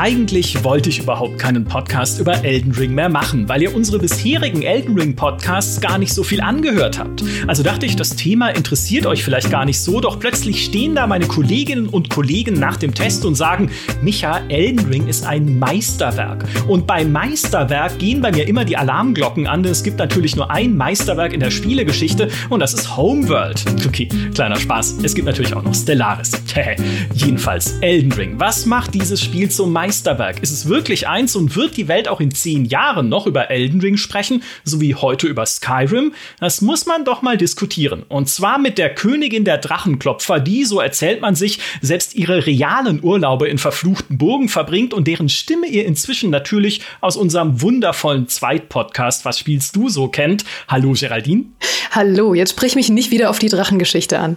Eigentlich wollte ich überhaupt keinen Podcast über Elden Ring mehr machen, weil ihr unsere bisherigen Elden Ring Podcasts gar nicht so viel angehört habt. Also dachte ich, das Thema interessiert euch vielleicht gar nicht so, doch plötzlich stehen da meine Kolleginnen und Kollegen nach dem Test und sagen, Micha, Elden Ring ist ein Meisterwerk. Und bei Meisterwerk gehen bei mir immer die Alarmglocken an, denn es gibt natürlich nur ein Meisterwerk in der Spielegeschichte und das ist Homeworld. Okay, kleiner Spaß. Es gibt natürlich auch noch Stellaris. Jedenfalls Elden Ring. Was macht dieses Spiel zum Meisterwerk? Ist es wirklich eins und wird die Welt auch in 10 Jahren noch über Elden Ring sprechen, so wie heute über Skyrim? Das muss man doch mal diskutieren. Und zwar mit der Königin der Drachenklopfer, die, so erzählt man sich, selbst ihre realen Urlaube in verfluchten Burgen verbringt und deren Stimme ihr inzwischen natürlich aus unserem wundervollen Zweitpodcast Was spielst du so kennt. Hallo Geraldine. Hallo, jetzt sprich mich nicht wieder auf die Drachengeschichte an.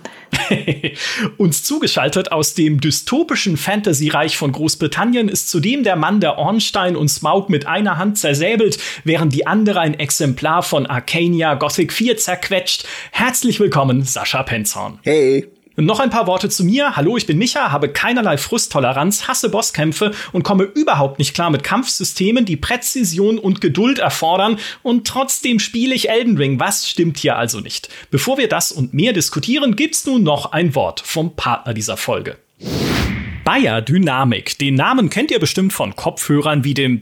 Uns zugeschaltet aus dem dystopischen Fantasy-Reich von Großbritannien ist zudem der Mann, der Ornstein und Smaug mit einer Hand zersäbelt, während die andere ein Exemplar von Arcania Gothic 4 zerquetscht. Herzlich willkommen, Sascha Penzhorn. Hey. Noch ein paar Worte zu mir. Hallo, ich bin Micha, habe keinerlei Frusttoleranz, hasse Bosskämpfe und komme überhaupt nicht klar mit Kampfsystemen, die Präzision und Geduld erfordern. Und trotzdem spiele ich Elden Ring. Was stimmt hier also nicht? Bevor wir das und mehr diskutieren, gibt's nun noch ein Wort vom Partner dieser Folge. Beier Dynamic. Den Namen kennt ihr bestimmt von Kopfhörern wie dem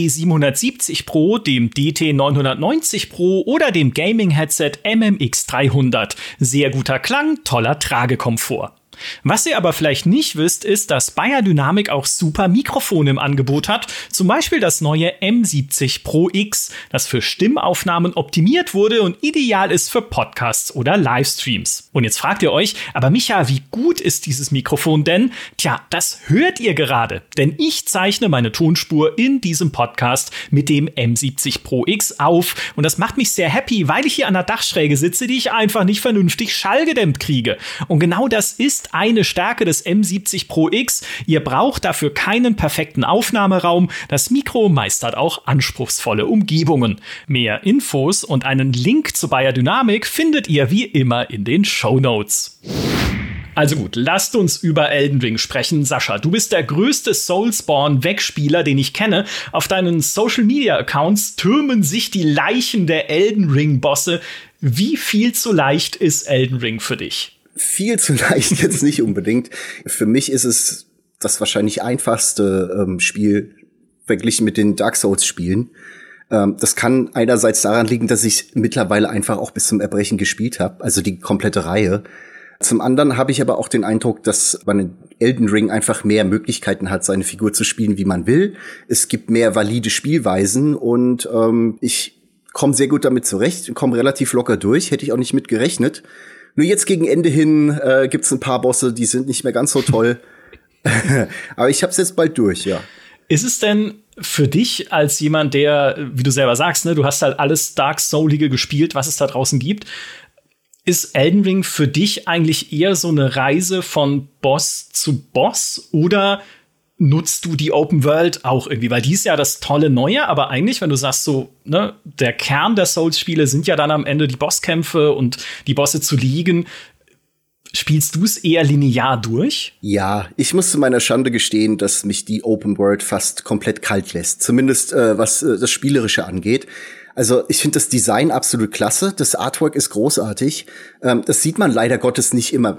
DT770 Pro, dem DT990 Pro oder dem Gaming-Headset MMX300. Sehr guter Klang, toller Tragekomfort. Was ihr aber vielleicht nicht wisst, ist, dass Beier Dynamic auch super Mikrofone im Angebot hat. Zum Beispiel das neue M70 Pro X, das für Stimmaufnahmen optimiert wurde und ideal ist für Podcasts oder Livestreams. Und jetzt fragt ihr euch, aber Micha, wie gut ist dieses Mikrofon denn? Tja, das hört ihr gerade, denn ich zeichne meine Tonspur in diesem Podcast mit dem M70 Pro X auf. Und das macht mich sehr happy, weil ich hier an der Dachschräge sitze, die ich einfach nicht vernünftig schallgedämmt kriege. Und genau das ist eine Stärke des M70 Pro X. Ihr braucht dafür keinen perfekten Aufnahmeraum. Das Mikro meistert auch anspruchsvolle Umgebungen. Mehr Infos und einen Link zu Beier Dynamic findet ihr wie immer in den Shownotes. Also gut, lasst uns über Elden Ring sprechen. Sascha, du bist der größte Soulspawn-Wegspieler, den ich kenne. Auf deinen Social-Media-Accounts türmen sich die Leichen der Elden Ring-Bosse. Wie viel zu leicht ist Elden Ring für dich? Viel zu leicht jetzt nicht unbedingt. Für mich ist es das wahrscheinlich einfachste Spiel verglichen mit den Dark Souls-Spielen. Das kann einerseits daran liegen, dass ich mittlerweile einfach auch bis zum Erbrechen gespielt habe, also die komplette Reihe. Zum anderen habe ich aber auch den Eindruck, dass man in Elden Ring einfach mehr Möglichkeiten hat, seine Figur zu spielen, wie man will. Es gibt mehr valide Spielweisen und ich komme sehr gut damit zurecht, komme relativ locker durch, hätte ich auch nicht mit gerechnet. Nur jetzt gegen Ende hin gibt's ein paar Bosse, die sind nicht mehr ganz so toll. Aber ich hab's jetzt bald durch, ja. Ist es denn für dich als jemand, der, wie du selber sagst, ne, du hast halt alles Dark Soulige gespielt, was es da draußen gibt, ist Elden Ring für dich eigentlich eher so eine Reise von Boss zu Boss oder nutzt du die Open World auch irgendwie? Weil die ist ja das tolle Neue, aber eigentlich, wenn du sagst so, ne, der Kern der Souls-Spiele sind ja dann am Ende die Bosskämpfe und die Bosse zu liegen. Spielst du es eher linear durch? Ja, ich muss zu meiner Schande gestehen, dass mich die Open World fast komplett kalt lässt. Zumindest was das Spielerische angeht. Also ich finde das Design absolut klasse. Das Artwork ist großartig. Das sieht man leider Gottes nicht immer.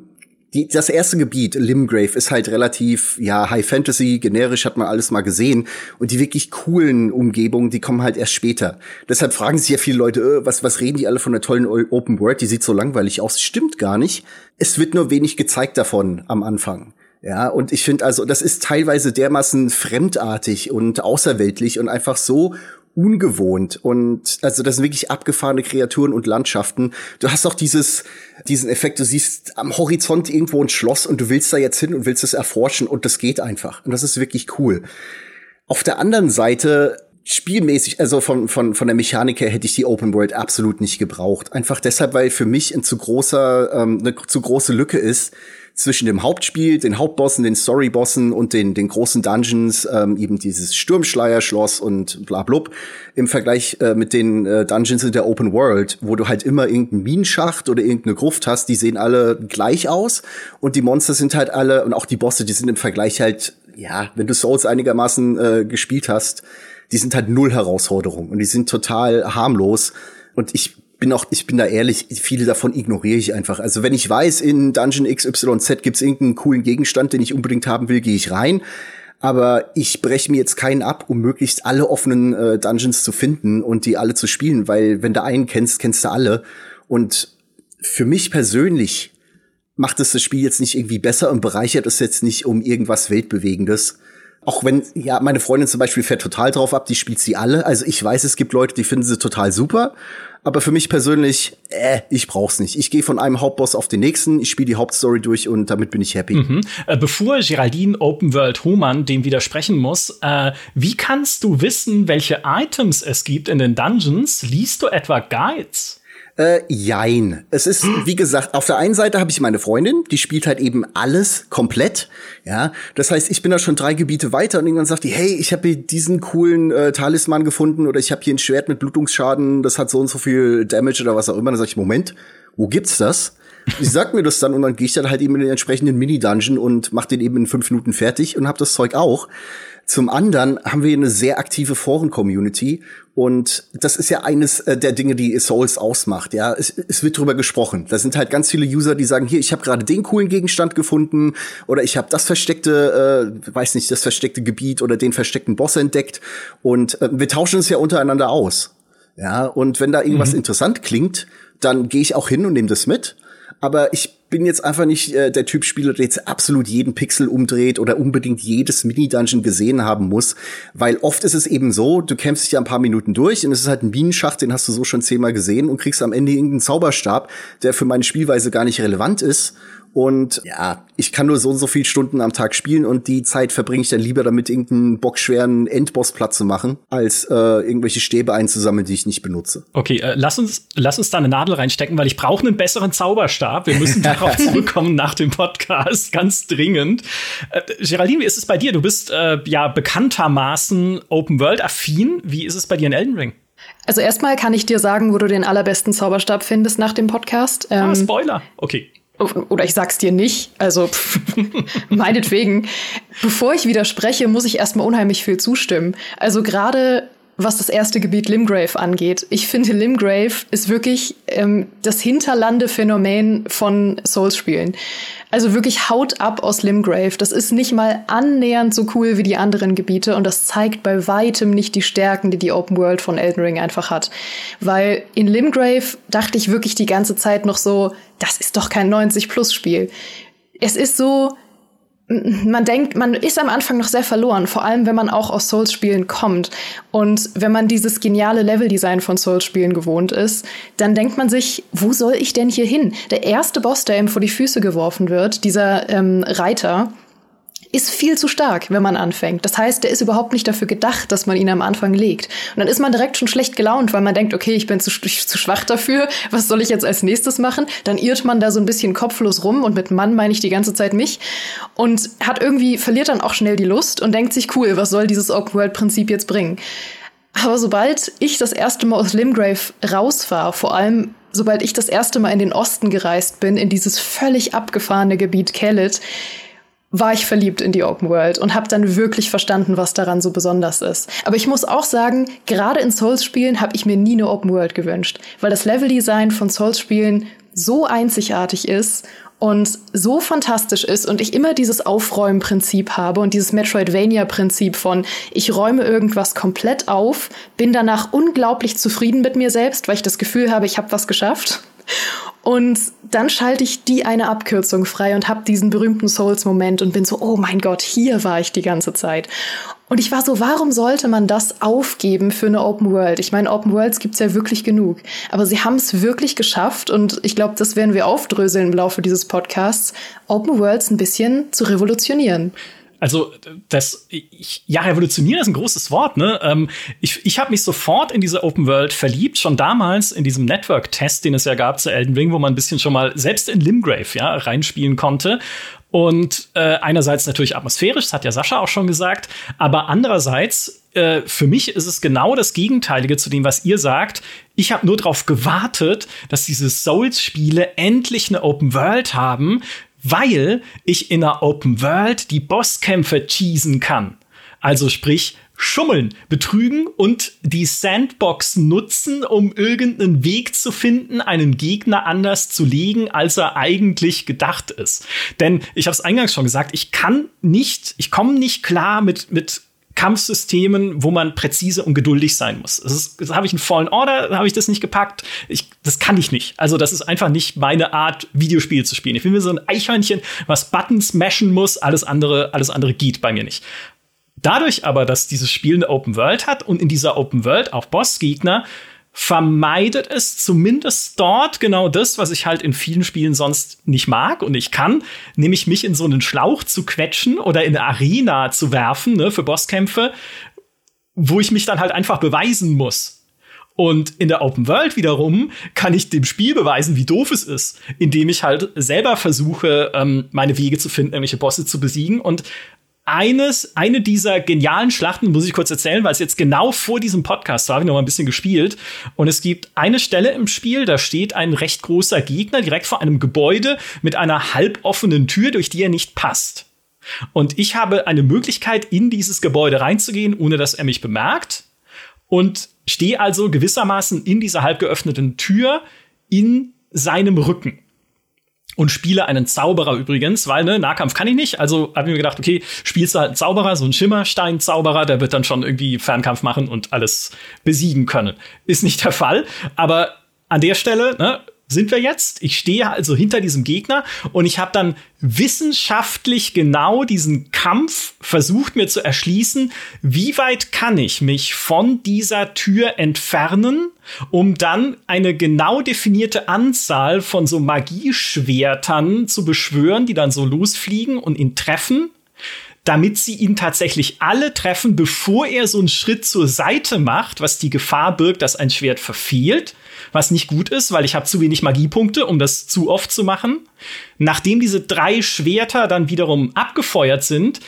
Das erste Gebiet, Limgrave, ist halt relativ, ja, High Fantasy, generisch, hat man alles mal gesehen. Und die wirklich coolen Umgebungen, die kommen halt erst später. Deshalb fragen sich ja viele Leute, was reden die alle von der tollen Open World? Die sieht so langweilig aus. Stimmt gar nicht. Es wird nur wenig gezeigt davon am Anfang. Ja, und ich finde also, das ist teilweise dermaßen fremdartig und außerweltlich und einfach so ungewohnt und also das sind wirklich abgefahrene Kreaturen und Landschaften. Du hast auch diesen Effekt, du siehst am Horizont irgendwo ein Schloss und du willst da jetzt hin und willst es erforschen und das geht einfach. Und das ist wirklich cool. Auf der anderen Seite spielmäßig, also von der Mechanik her hätte ich die Open World absolut nicht gebraucht. Einfach deshalb, weil für mich eine zu große Lücke ist zwischen dem Hauptspiel, den Hauptbossen, den Storybossen und den großen Dungeons, eben dieses Sturmschleierschloss und bla blub, im Vergleich mit den Dungeons in der Open World, wo du halt immer irgendeinen Minenschacht oder irgendeine Gruft hast, die sehen alle gleich aus und die Monster sind halt alle, und auch die Bosse, die sind im Vergleich halt wenn du Souls einigermaßen gespielt hast, die sind halt null Herausforderung und die sind total harmlos. Und ich bin da ehrlich, viele davon ignoriere ich einfach. Also wenn ich weiß, in Dungeon XYZ gibt's irgendeinen coolen Gegenstand, den ich unbedingt haben will, gehe ich rein. Aber ich breche mir jetzt keinen ab, um möglichst alle offenen Dungeons zu finden und die alle zu spielen, weil wenn du einen kennst, kennst du alle. Und für mich persönlich macht es das Spiel jetzt nicht irgendwie besser und bereichert es jetzt nicht um irgendwas Weltbewegendes. Auch wenn, meine Freundin zum Beispiel fährt total drauf ab, die spielt sie alle. Also ich weiß, es gibt Leute, die finden sie total super. Aber für mich persönlich, ich brauch's nicht. Ich gehe von einem Hauptboss auf den nächsten, ich spiele die Hauptstory durch und damit bin ich happy. Bevor Geraldine Open World Hohmann dem widersprechen muss, wie kannst du wissen, welche Items es gibt in den Dungeons? Liest du etwa Guides? Jein. Es ist, wie gesagt, auf der einen Seite habe ich meine Freundin, die spielt halt eben alles komplett, ja. Das heißt, ich bin da schon 3 Gebiete weiter und irgendwann sagt die, hey, ich habe hier diesen coolen Talisman gefunden oder ich habe hier ein Schwert mit Blutungsschaden, das hat so und so viel Damage oder was auch immer. Dann sag ich, Moment, wo gibt's das? Sie sagt mir das dann und dann gehe ich dann halt eben in den entsprechenden Mini-Dungeon und mach den eben in 5 Minuten fertig und hab das Zeug auch. Zum anderen haben wir eine sehr aktive Foren-Community und das ist ja eines der Dinge, die Souls ausmacht. Ja, es wird drüber gesprochen. Da sind halt ganz viele User, die sagen, hier, ich habe gerade den coolen Gegenstand gefunden oder ich habe das versteckte, das versteckte Gebiet oder den versteckten Boss entdeckt und wir tauschen es ja untereinander aus. Ja, und wenn da irgendwas interessant klingt, dann gehe ich auch hin und nehme das mit. Aber ich bin jetzt einfach nicht der Typ Spieler, der jetzt absolut jeden Pixel umdreht oder unbedingt jedes Mini-Dungeon gesehen haben muss. Weil oft ist es eben so, du kämpfst dich ja ein paar Minuten durch und es ist halt ein Minenschacht, den hast du so schon 10-mal gesehen und kriegst am Ende irgendeinen Zauberstab, der für meine Spielweise gar nicht relevant ist. Und ja, ich kann nur so und so viele Stunden am Tag spielen und die Zeit verbringe ich dann lieber damit, irgendeinen bockschweren Endboss platt zu machen, als irgendwelche Stäbe einzusammeln, die ich nicht benutze. Okay, lass uns da eine Nadel reinstecken, weil ich brauche einen besseren Zauberstab. Wir müssen darauf zurückkommen nach dem Podcast, ganz dringend. Geraldine, wie ist es bei dir? Du bist bekanntermaßen Open-World-affin. Wie ist es bei dir in Elden Ring? Also erstmal kann ich dir sagen, wo du den allerbesten Zauberstab findest nach dem Podcast. Spoiler. Okay. Oder ich sag's dir nicht, also meinetwegen. Bevor ich widerspreche, muss ich erstmal unheimlich viel zustimmen. Also gerade was das erste Gebiet Limgrave angeht. Ich finde, Limgrave ist wirklich das Hinterlande-Phänomen von Souls-Spielen. Also wirklich Haut ab aus Limgrave. Das ist nicht mal annähernd so cool wie die anderen Gebiete und das zeigt bei weitem nicht die Stärken, die Open World von Elden Ring einfach hat. Weil in Limgrave dachte ich wirklich die ganze Zeit noch so, das ist doch kein 90-Plus-Spiel. Es ist so, man denkt, man ist am Anfang noch sehr verloren, vor allem wenn man auch aus Souls-Spielen kommt. Und wenn man dieses geniale Leveldesign von Souls-Spielen gewohnt ist, dann denkt man sich, wo soll ich denn hier hin? Der erste Boss, der ihm vor die Füße geworfen wird, dieser Reiter, ist viel zu stark, wenn man anfängt. Das heißt, der ist überhaupt nicht dafür gedacht, dass man ihn am Anfang legt. Und dann ist man direkt schon schlecht gelaunt, weil man denkt, okay, ich bin zu schwach dafür, was soll ich jetzt als nächstes machen? Dann irrt man da so ein bisschen kopflos rum und mit Mann meine ich die ganze Zeit mich und verliert dann auch schnell die Lust und denkt sich, cool, was soll dieses Open-World-Prinzip jetzt bringen? Aber sobald ich das erste Mal aus Limgrave raus war, vor allem sobald ich das erste Mal in den Osten gereist bin, in dieses völlig abgefahrene Gebiet Caelid, war ich verliebt in die Open World und habe dann wirklich verstanden, was daran so besonders ist. Aber ich muss auch sagen, gerade in Souls-Spielen habe ich mir nie eine Open World gewünscht, weil das Leveldesign von Souls-Spielen so einzigartig ist und so fantastisch ist und ich immer dieses Aufräumen-Prinzip habe und dieses Metroidvania-Prinzip von ich räume irgendwas komplett auf, bin danach unglaublich zufrieden mit mir selbst, weil ich das Gefühl habe, ich habe was geschafft. Und dann schalte ich die eine Abkürzung frei und habe diesen berühmten Souls-Moment und bin so, oh mein Gott, hier war ich die ganze Zeit. Und ich war so, warum sollte man das aufgeben für eine Open World? Ich meine, Open Worlds gibt's ja wirklich genug. Aber sie haben es wirklich geschafft und ich glaube, das werden wir aufdröseln im Laufe dieses Podcasts, Open Worlds ein bisschen zu revolutionieren. Also revolutionieren ist ein großes Wort, ne? Ich habe mich sofort in diese Open World verliebt, schon damals in diesem Network-Test, den es ja gab zu Elden Ring, wo man ein bisschen schon mal selbst in Limgrave reinspielen konnte. Und einerseits natürlich atmosphärisch, das hat ja Sascha auch schon gesagt, aber andererseits für mich ist es genau das Gegenteilige zu dem, was ihr sagt. Ich habe nur darauf gewartet, dass diese Souls-Spiele endlich eine Open World haben, weil ich in der Open World die Bosskämpfe cheesen kann. Also sprich, schummeln, betrügen und die Sandbox nutzen, um irgendeinen Weg zu finden, einen Gegner anders zu legen, als er eigentlich gedacht ist. Denn ich habe es eingangs schon gesagt, ich komme nicht klar mit Kampfsystemen, wo man präzise und geduldig sein muss. Das habe ich in Fallen Order, da habe ich das nicht gepackt. Das kann ich nicht. Also das ist einfach nicht meine Art, Videospiel zu spielen. Ich bin wie so ein Eichhörnchen, was Buttons mashen muss. Alles andere geht bei mir nicht. Dadurch aber, dass dieses Spiel eine Open World hat und in dieser Open World auch Bossgegner, vermeidet es zumindest dort genau das, was ich halt in vielen Spielen sonst nicht mag und ich kann, nämlich mich in so einen Schlauch zu quetschen oder in eine Arena zu werfen, ne, für Bosskämpfe, wo ich mich dann halt einfach beweisen muss. Und in der Open World wiederum kann ich dem Spiel beweisen, wie doof es ist, indem ich halt selber versuche, meine Wege zu finden, irgendwelche Bosse zu besiegen. Und eine dieser genialen Schlachten muss ich kurz erzählen, weil es jetzt genau vor diesem Podcast war, habe ich noch mal ein bisschen gespielt. Und es gibt eine Stelle im Spiel, da steht ein recht großer Gegner direkt vor einem Gebäude mit einer halboffenen Tür, durch die er nicht passt. Und ich habe eine Möglichkeit, in dieses Gebäude reinzugehen, ohne dass er mich bemerkt. Und stehe also gewissermaßen in dieser halb geöffneten Tür in seinem Rücken. Und spiele einen Zauberer übrigens, weil Nahkampf kann ich nicht. Also habe ich mir gedacht, okay, spielst du halt einen Zauberer, so einen Schimmerstein-Zauberer, der wird dann schon irgendwie Fernkampf machen und alles besiegen können. Ist nicht der Fall, aber an der Stelle sind wir jetzt. Ich stehe also hinter diesem Gegner und ich habe dann wissenschaftlich genau diesen Kampf versucht mir zu erschließen, wie weit kann ich mich von dieser Tür entfernen, um dann eine genau definierte Anzahl von so Magieschwertern zu beschwören, die dann so losfliegen und ihn treffen, damit sie ihn tatsächlich alle treffen, bevor er so einen Schritt zur Seite macht, was die Gefahr birgt, dass ein Schwert verfehlt, was nicht gut ist, weil ich habe zu wenig Magiepunkte, um das zu oft zu machen. Nachdem diese 3 Schwerter dann wiederum abgefeuert sind,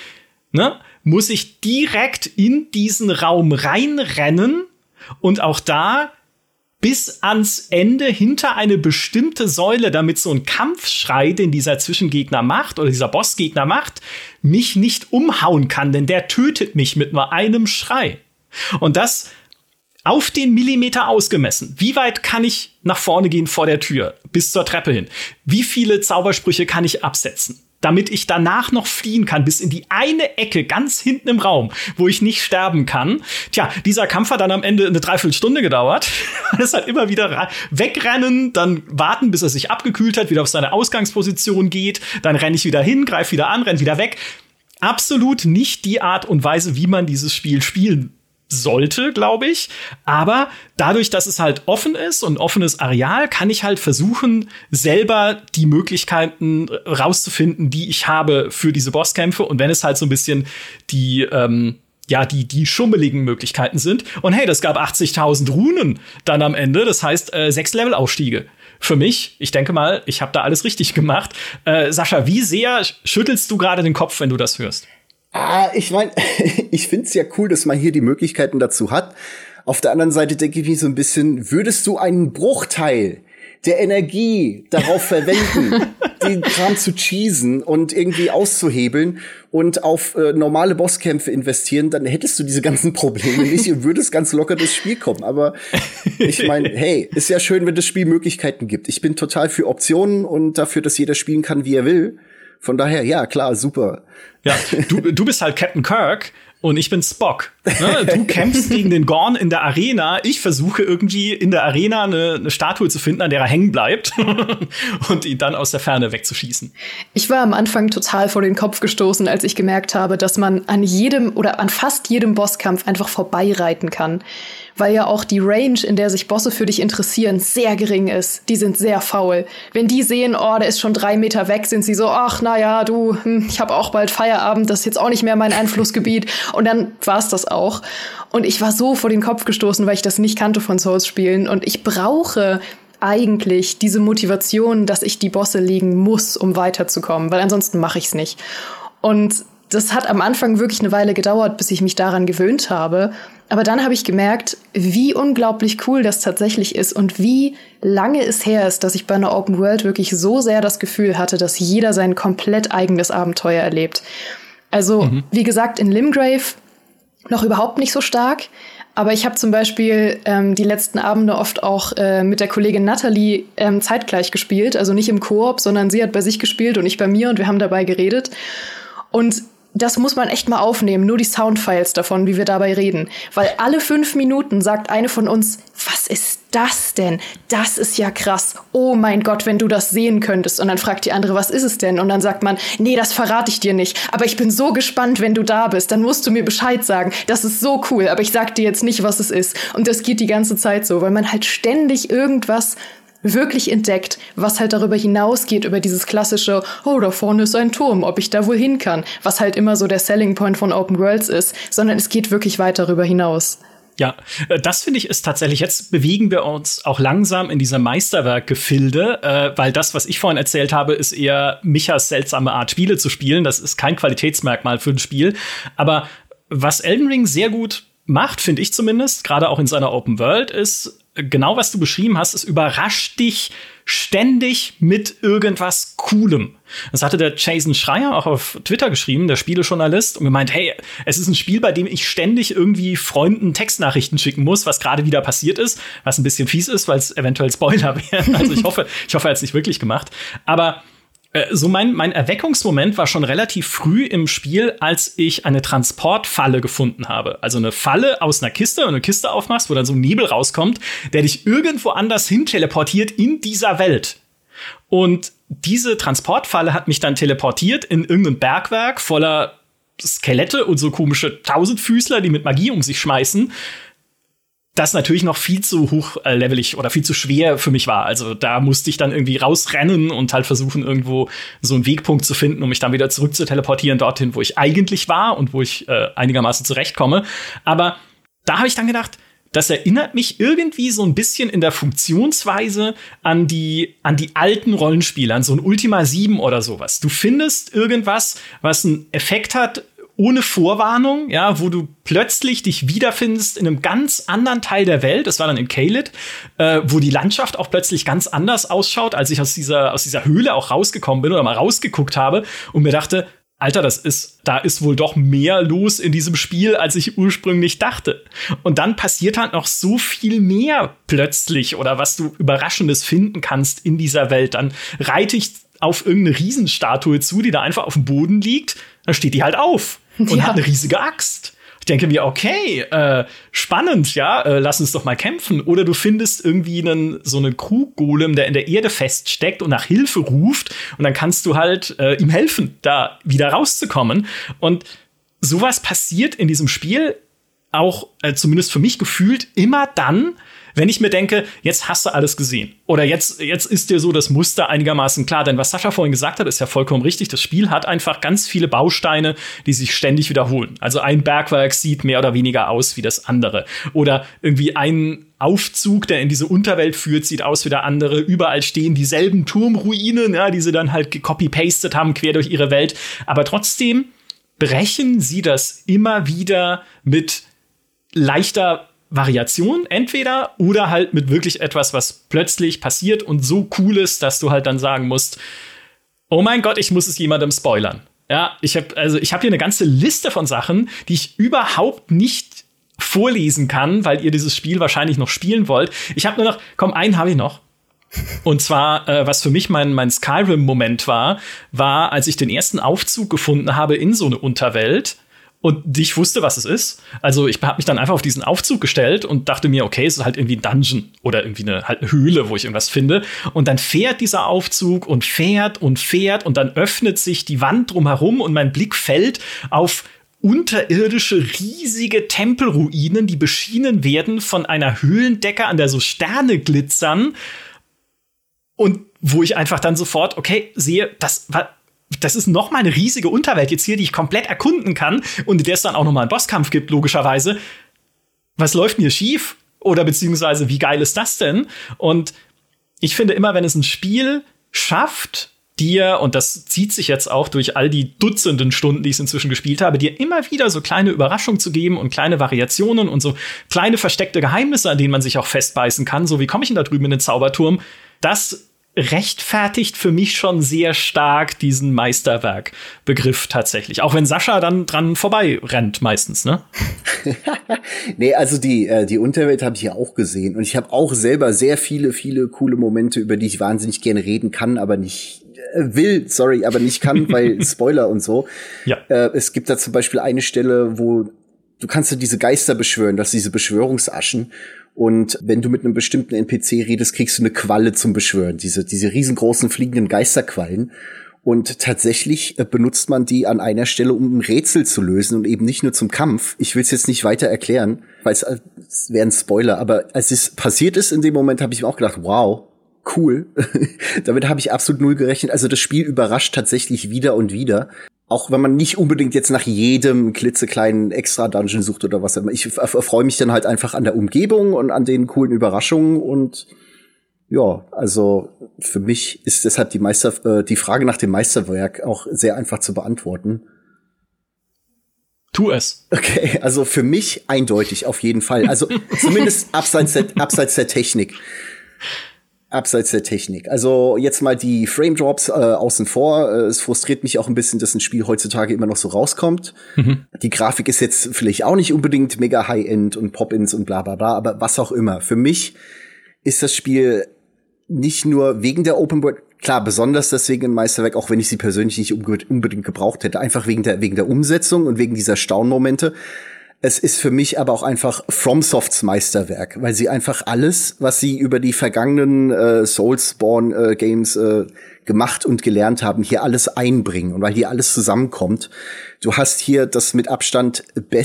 muss ich direkt in diesen Raum reinrennen und auch da bis ans Ende hinter eine bestimmte Säule, damit so ein Kampfschrei, den dieser Zwischengegner macht oder dieser Bossgegner macht, mich nicht umhauen kann, denn der tötet mich mit nur einem Schrei. Und das auf den Millimeter ausgemessen. Wie weit kann ich nach vorne gehen vor der Tür bis zur Treppe hin? Wie viele Zaubersprüche kann ich absetzen, damit ich danach noch fliehen kann, bis in die eine Ecke ganz hinten im Raum, wo ich nicht sterben kann. Tja, dieser Kampf hat dann am Ende eine Dreiviertelstunde gedauert. Das hat immer wieder wegrennen, dann warten, bis er sich abgekühlt hat, wieder auf seine Ausgangsposition geht, dann renne ich wieder hin, greife wieder an, renne wieder weg. Absolut nicht die Art und Weise, wie man dieses Spiel spielen sollte, glaube ich. Aber dadurch, dass es halt offen ist und offenes Areal, kann ich halt versuchen, selber die Möglichkeiten rauszufinden, die ich habe für diese Bosskämpfe. Und wenn es halt so ein bisschen die schummeligen Möglichkeiten sind. Und hey, das gab 80.000 Runen dann am Ende. Das heißt, 6 Levelaufstiege. Für mich, ich denke mal, ich habe da alles richtig gemacht. Sascha, wie sehr schüttelst du gerade den Kopf, wenn du das hörst? Ich meine, ich find's ja cool, dass man hier die Möglichkeiten dazu hat. Auf der anderen Seite denke ich mir so ein bisschen, würdest du einen Bruchteil der Energie darauf verwenden, den Kram zu cheesen und irgendwie auszuhebeln und auf normale Bosskämpfe investieren, dann hättest du diese ganzen Probleme nicht und würdest ganz locker durchs Spiel kommen. Aber ich meine, hey, ist ja schön, wenn das Spiel Möglichkeiten gibt. Ich bin total für Optionen und dafür, dass jeder spielen kann, wie er will. Von daher, ja, klar, super. Ja, du bist halt Captain Kirk und ich bin Spock. Ne? Du kämpfst gegen den Gorn in der Arena. Ich versuche irgendwie in der Arena eine Statue zu finden, an der er hängen bleibt und ihn dann aus der Ferne wegzuschießen. Ich war am Anfang total vor den Kopf gestoßen, als ich gemerkt habe, dass man an jedem oder an fast jedem Bosskampf einfach vorbeireiten kann. Weil ja auch die Range, in der sich Bosse für dich interessieren, sehr gering ist. Die sind sehr faul. Wenn die sehen, der ist schon 3 Meter weg, sind sie so, ach, naja, ich habe auch bald Feierabend, das ist jetzt auch nicht mehr mein Einflussgebiet. Und dann war's das auch. Und ich war so vor den Kopf gestoßen, weil ich das nicht kannte von Souls-Spielen. Und ich brauche eigentlich diese Motivation, dass ich die Bosse legen muss, um weiterzukommen. Weil ansonsten mache ich's nicht. Und das hat am Anfang wirklich eine Weile gedauert, bis ich mich daran gewöhnt habe. Aber dann habe ich gemerkt, wie unglaublich cool das tatsächlich ist und wie lange es her ist, dass ich bei einer Open World wirklich so sehr das Gefühl hatte, dass jeder sein komplett eigenes Abenteuer erlebt. Also, wie gesagt, in Limgrave noch überhaupt nicht so stark. Aber ich habe zum Beispiel die letzten Abende oft auch mit der Kollegin Natalie zeitgleich gespielt. Also nicht im Koop, sondern sie hat bei sich gespielt und ich bei mir und wir haben dabei geredet. Und das muss man echt mal aufnehmen, nur die Soundfiles davon, wie wir dabei reden. Weil alle 5 Minuten sagt eine von uns, was ist das denn? Das ist ja krass. Oh mein Gott, wenn du das sehen könntest. Und dann fragt die andere, was ist es denn? Und dann sagt man, nee, das verrate ich dir nicht. Aber ich bin so gespannt, wenn du da bist. Dann musst du mir Bescheid sagen. Das ist so cool, aber ich sag dir jetzt nicht, was es ist. Und das geht die ganze Zeit so, weil man halt ständig irgendwas wirklich entdeckt, was halt darüber hinausgeht, über dieses klassische, oh, da vorne ist ein Turm, ob ich da wohl hin kann, was halt immer so der Selling Point von Open Worlds ist, sondern es geht wirklich weit darüber hinaus. Ja, das finde ich ist tatsächlich, jetzt bewegen wir uns auch langsam in dieser Meisterwerk-Gefilde, weil das, was ich vorhin erzählt habe, ist eher Michas seltsame Art, Spiele zu spielen. Das ist kein Qualitätsmerkmal für ein Spiel. Aber was Elden Ring sehr gut macht, finde ich zumindest, gerade auch in seiner Open World, ist genau, was du beschrieben hast, es überrascht dich ständig mit irgendwas Coolem. Das hatte der Jason Schreier auch auf Twitter geschrieben, der Spielejournalist, und gemeint, hey, es ist ein Spiel, bei dem ich ständig irgendwie Freunden Textnachrichten schicken muss, was gerade wieder passiert ist, was ein bisschen fies ist, weil es eventuell Spoiler wären. Also ich hoffe, er hat es nicht wirklich gemacht. Aber so mein Erweckungsmoment war schon relativ früh im Spiel, als ich eine Transportfalle gefunden habe. Also eine Falle aus einer Kiste, und eine Kiste aufmachst, wo dann so ein Nebel rauskommt, der dich irgendwo anders hin teleportiert in dieser Welt. Und diese Transportfalle hat mich dann teleportiert in irgendein Bergwerk voller Skelette und so komische Tausendfüßler, die mit Magie um sich schmeißen. Das natürlich noch viel zu hochlevelig oder viel zu schwer für mich war. Also da musste ich dann irgendwie rausrennen und halt versuchen, irgendwo so einen Wegpunkt zu finden, um mich dann wieder zurück zu teleportieren dorthin, wo ich eigentlich war und wo ich einigermaßen zurechtkomme. Aber da habe ich dann gedacht, das erinnert mich irgendwie so ein bisschen in der Funktionsweise an die alten Rollenspiele, an so ein Ultima 7 oder sowas. Du findest irgendwas, was einen Effekt hat, ohne Vorwarnung, ja, wo du plötzlich dich wiederfindest in einem ganz anderen Teil der Welt. Das war dann in Caelid, wo die Landschaft auch plötzlich ganz anders ausschaut, als ich aus dieser Höhle auch rausgekommen bin oder mal rausgeguckt habe und mir dachte, Alter, da ist wohl doch mehr los in diesem Spiel, als ich ursprünglich dachte. Und dann passiert halt noch so viel mehr plötzlich oder was du Überraschendes finden kannst in dieser Welt. Dann reite ich auf irgendeine Riesenstatue zu, die da einfach auf dem Boden liegt. Dann steht die halt auf und hat eine riesige Axt. Ich denke mir, okay, spannend, ja, lass uns doch mal kämpfen. Oder du findest irgendwie so einen Kruggolem, der in der Erde feststeckt und nach Hilfe ruft. Und dann kannst du halt ihm helfen, da wieder rauszukommen. Und sowas passiert in diesem Spiel auch, zumindest für mich gefühlt, immer dann, wenn ich mir denke, jetzt hast du alles gesehen. Oder jetzt ist dir so das Muster einigermaßen klar. Denn was Sascha vorhin gesagt hat, ist ja vollkommen richtig. Das Spiel hat einfach ganz viele Bausteine, die sich ständig wiederholen. Also ein Bergwerk sieht mehr oder weniger aus wie das andere. Oder irgendwie ein Aufzug, der in diese Unterwelt führt, sieht aus wie der andere. Überall stehen dieselben Turmruinen, ja, die sie dann halt gecopy-pastet haben, quer durch ihre Welt. Aber trotzdem brechen sie das immer wieder mit leichter Variation entweder oder halt mit wirklich etwas, was plötzlich passiert und so cool ist, dass du halt dann sagen musst, oh mein Gott, ich muss es jemandem spoilern. Ja, ich hab hier eine ganze Liste von Sachen, die ich überhaupt nicht vorlesen kann, weil ihr dieses Spiel wahrscheinlich noch spielen wollt. Ich habe nur noch, einen habe ich noch. Und zwar, was für mich mein Skyrim-Moment war, als ich den ersten Aufzug gefunden habe in so eine Unterwelt. Und ich wusste, was es ist. Also ich habe mich dann einfach auf diesen Aufzug gestellt und dachte mir, okay, es ist halt irgendwie ein Dungeon oder irgendwie eine Höhle, wo ich irgendwas finde. Und dann fährt dieser Aufzug und fährt und fährt und dann öffnet sich die Wand drumherum und mein Blick fällt auf unterirdische, riesige Tempelruinen, die beschienen werden von einer Höhlendecke, an der so Sterne glitzern. Und wo ich einfach dann sofort, okay, sehe, das ist noch mal eine riesige Unterwelt jetzt hier, die ich komplett erkunden kann und in der es dann auch noch mal einen Bosskampf gibt, logischerweise. Was läuft mir schief? Oder beziehungsweise, wie geil ist das denn? Und ich finde immer, wenn es ein Spiel schafft, dir, und das zieht sich jetzt auch durch all die Dutzenden Stunden, die ich inzwischen gespielt habe, dir immer wieder so kleine Überraschungen zu geben und kleine Variationen und so kleine versteckte Geheimnisse, an denen man sich auch festbeißen kann. So, wie komme ich denn da drüben in den Zauberturm? Das rechtfertigt für mich schon sehr stark diesen Meisterwerk-Begriff tatsächlich. Auch wenn Sascha dann dran vorbei rennt meistens, ne? Nee, also die Unterwelt habe ich ja auch gesehen. Und ich habe auch selber sehr viele coole Momente, über die ich wahnsinnig gerne reden kann, aber nicht aber nicht kann, weil Spoiler und so. Ja. Es gibt da zum Beispiel eine Stelle, wo du kannst ja diese Geister beschwören, das sind diese Beschwörungsaschen. Und wenn du mit einem bestimmten NPC redest, kriegst du eine Qualle zum Beschwören. Diese riesengroßen fliegenden Geisterquallen. Und tatsächlich benutzt man die an einer Stelle, um ein Rätsel zu lösen und eben nicht nur zum Kampf. Ich will es jetzt nicht weiter erklären, weil es wäre ein Spoiler. Aber als es passiert ist in dem Moment, habe ich mir auch gedacht, wow, cool. Damit habe ich absolut null gerechnet. Also das Spiel überrascht tatsächlich wieder und wieder. Auch wenn man nicht unbedingt jetzt nach jedem klitzekleinen Extra-Dungeon sucht oder was immer. Ich erfreue mich dann halt einfach an der Umgebung und an den coolen Überraschungen. Und ja, also für mich ist deshalb die Frage nach dem Meisterwerk auch sehr einfach zu beantworten. Tu es. Okay, also für mich eindeutig auf jeden Fall. Also zumindest abseits der Technik. Abseits der Technik. Also jetzt mal die Frame Drops außen vor. Es frustriert mich auch ein bisschen, dass ein Spiel heutzutage immer noch so rauskommt. Mhm. Die Grafik ist jetzt vielleicht auch nicht unbedingt mega High-End und Pop-Ins und bla bla bla, aber was auch immer. Für mich ist das Spiel nicht nur wegen der Open World, klar, besonders deswegen ein Meisterwerk, auch wenn ich sie persönlich nicht unbedingt gebraucht hätte, einfach wegen der Umsetzung und wegen dieser Staunmomente. Es ist für mich aber auch einfach FromSofts Meisterwerk, weil sie einfach alles, was sie über die vergangenen Soulsborne-Games gemacht und gelernt haben, hier alles einbringen. Und weil hier alles zusammenkommt. Du hast hier das mit Abstand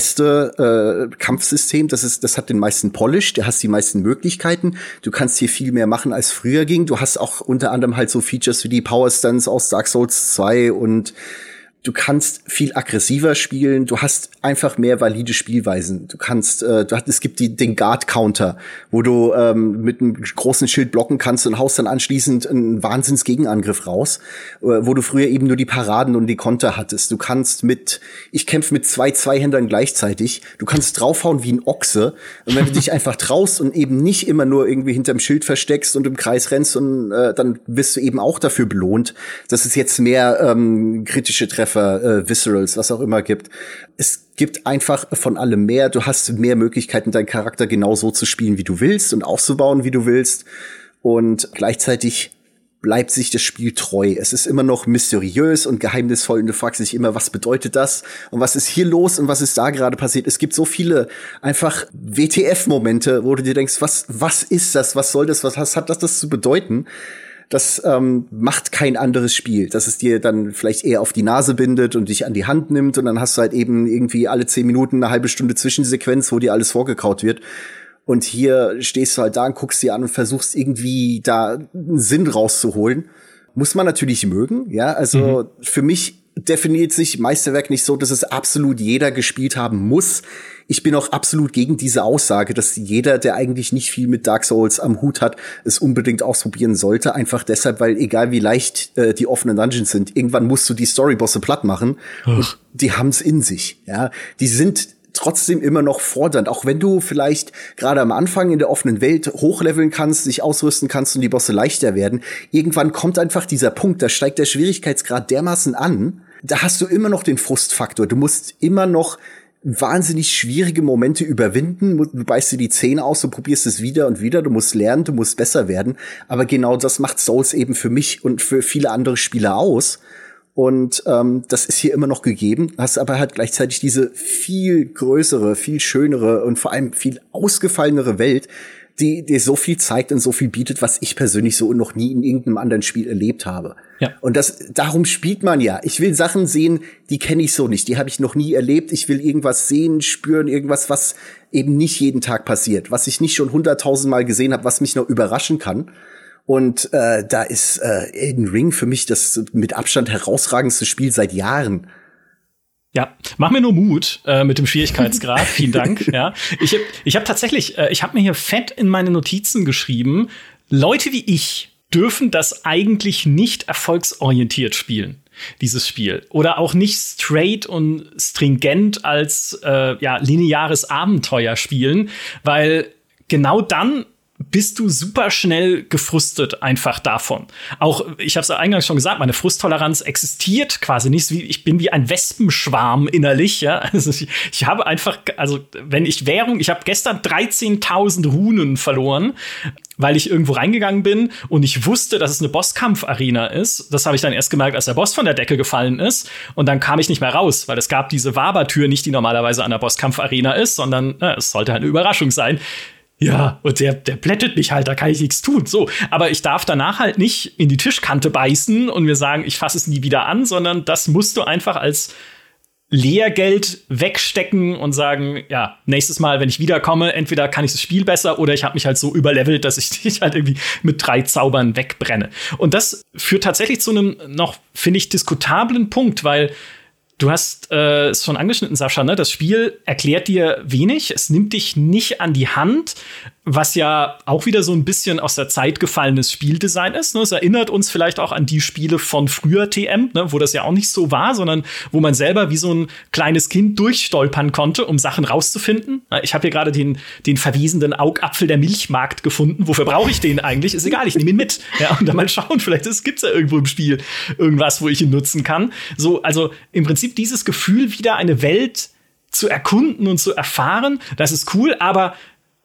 beste Kampfsystem. Das hat den meisten Polish. Du hast die meisten Möglichkeiten. Du kannst hier viel mehr machen, als früher ging. Du hast auch unter anderem halt so Features wie die Power Stance aus Dark Souls 2 und du kannst viel aggressiver spielen, du hast einfach mehr valide Spielweisen. Es gibt den Guard-Counter, wo du mit einem großen Schild blocken kannst und haust dann anschließend einen Wahnsinns-Gegenangriff raus, wo du früher eben nur die Paraden und die Konter hattest. Ich kämpfe mit 2 Zweihändern gleichzeitig, du kannst draufhauen wie ein Ochse, und wenn du dich einfach traust und eben nicht immer nur irgendwie hinterm Schild versteckst und im Kreis rennst, und dann wirst du eben auch dafür belohnt, dass es jetzt mehr kritische Treffer, Viscerals, was auch immer gibt. Es gibt einfach von allem mehr. Du hast mehr Möglichkeiten, deinen Charakter genau so zu spielen, wie du willst und aufzubauen, wie du willst. Und gleichzeitig bleibt sich das Spiel treu. Es ist immer noch mysteriös und geheimnisvoll und du fragst dich immer, was bedeutet das? Und was ist hier los und was ist da gerade passiert? Es gibt so viele einfach WTF-Momente, wo du dir denkst, was ist das? Was soll das? Was hat das zu bedeuten? Das macht kein anderes Spiel, dass es dir dann vielleicht eher auf die Nase bindet und dich an die Hand nimmt, und dann hast du halt eben irgendwie alle 10 Minuten eine halbe Stunde Zwischensequenz, wo dir alles vorgekaut wird. Und hier stehst du halt da und guckst dir an und versuchst irgendwie da einen Sinn rauszuholen. Muss man natürlich mögen, ja. Also für mich definiert sich Meisterwerk nicht so, dass es absolut jeder gespielt haben muss. Ich bin auch absolut gegen diese Aussage, dass jeder, der eigentlich nicht viel mit Dark Souls am Hut hat, es unbedingt ausprobieren sollte. Einfach deshalb, weil egal wie leicht die offenen Dungeons sind, irgendwann musst du die Storybosse platt machen. Und die haben's in sich. Ja, die sind trotzdem immer noch fordernd, auch wenn du vielleicht gerade am Anfang in der offenen Welt hochleveln kannst, dich ausrüsten kannst und die Bosse leichter werden. Irgendwann kommt einfach dieser Punkt, da steigt der Schwierigkeitsgrad dermaßen an, da hast du immer noch den Frustfaktor. Du musst immer noch wahnsinnig schwierige Momente überwinden. Du beißt dir die Zähne aus, du probierst es wieder und wieder. Du musst lernen, du musst besser werden. Aber genau das macht Souls eben für mich und für viele andere Spieler aus. Und das ist hier immer noch gegeben. Hast aber halt gleichzeitig diese viel größere, viel schönere und vor allem viel ausgefallenere Welt, die dir so viel zeigt und so viel bietet, was ich persönlich so noch nie in irgendeinem anderen Spiel erlebt habe. Ja. Und darum spielt man ja. Ich will Sachen sehen, die kenne ich so nicht. Die habe ich noch nie erlebt. Ich will irgendwas sehen, spüren, irgendwas, was eben nicht jeden Tag passiert, was ich nicht schon 100.000 Mal gesehen habe, was mich noch überraschen kann. Und da ist Elden Ring für mich das mit Abstand herausragendste Spiel seit Jahren. Ja, mach mir nur Mut mit dem Schwierigkeitsgrad. Vielen Dank. Ja, ich habe tatsächlich, ich habe mir hier fett in meine Notizen geschrieben, Leute wie ich, dürfen das eigentlich nicht erfolgsorientiert spielen, dieses Spiel. Oder auch nicht straight und stringent als lineares Abenteuer spielen, weil genau dann bist du super schnell gefrustet einfach davon. Auch, ich habe es ja eingangs schon gesagt, meine Frusttoleranz existiert quasi nicht. Ich bin wie ein Wespenschwarm innerlich. Ja? Also ich habe einfach, also ich habe gestern 13.000 Runen verloren, weil ich irgendwo reingegangen bin und ich wusste, dass es eine Bosskampf-Arena ist. Das habe ich dann erst gemerkt, als der Boss von der Decke gefallen ist. Und dann kam ich nicht mehr raus, weil es gab diese Wabertür nicht, die normalerweise an der Bosskampf-Arena ist, sondern es sollte eine Überraschung sein. Ja, und der plättet mich halt, da kann ich nichts tun. So, aber ich darf danach halt nicht in die Tischkante beißen und mir sagen, ich fasse es nie wieder an, sondern das musst du einfach als Lehrgeld wegstecken und sagen, ja, nächstes Mal, wenn ich wiederkomme, entweder kann ich das Spiel besser oder ich habe mich halt so überlevelt, dass ich dich halt irgendwie mit 3 Zaubern wegbrenne. Und das führt tatsächlich zu einem noch, finde ich, diskutablen Punkt, weil du hast es schon angeschnitten, Sascha, ne? Das Spiel erklärt dir wenig. Es nimmt dich nicht an die Hand, was ja auch wieder so ein bisschen aus der Zeit gefallenes Spieldesign ist. Ne? Es erinnert uns vielleicht auch an die Spiele von früher TM, ne? Wo das ja auch nicht so war, sondern wo man selber wie so ein kleines Kind durchstolpern konnte, um Sachen rauszufinden. Ich habe hier gerade den verwesenden Augapfel der Milchmarkt gefunden. Wofür brauche ich den eigentlich? Ist egal, ich nehme ihn mit. Ja, und dann mal schauen, vielleicht gibt's ja irgendwo im Spiel irgendwas, wo ich ihn nutzen kann. So, also im Prinzip dieses Gefühl, wieder eine Welt zu erkunden und zu erfahren, das ist cool, aber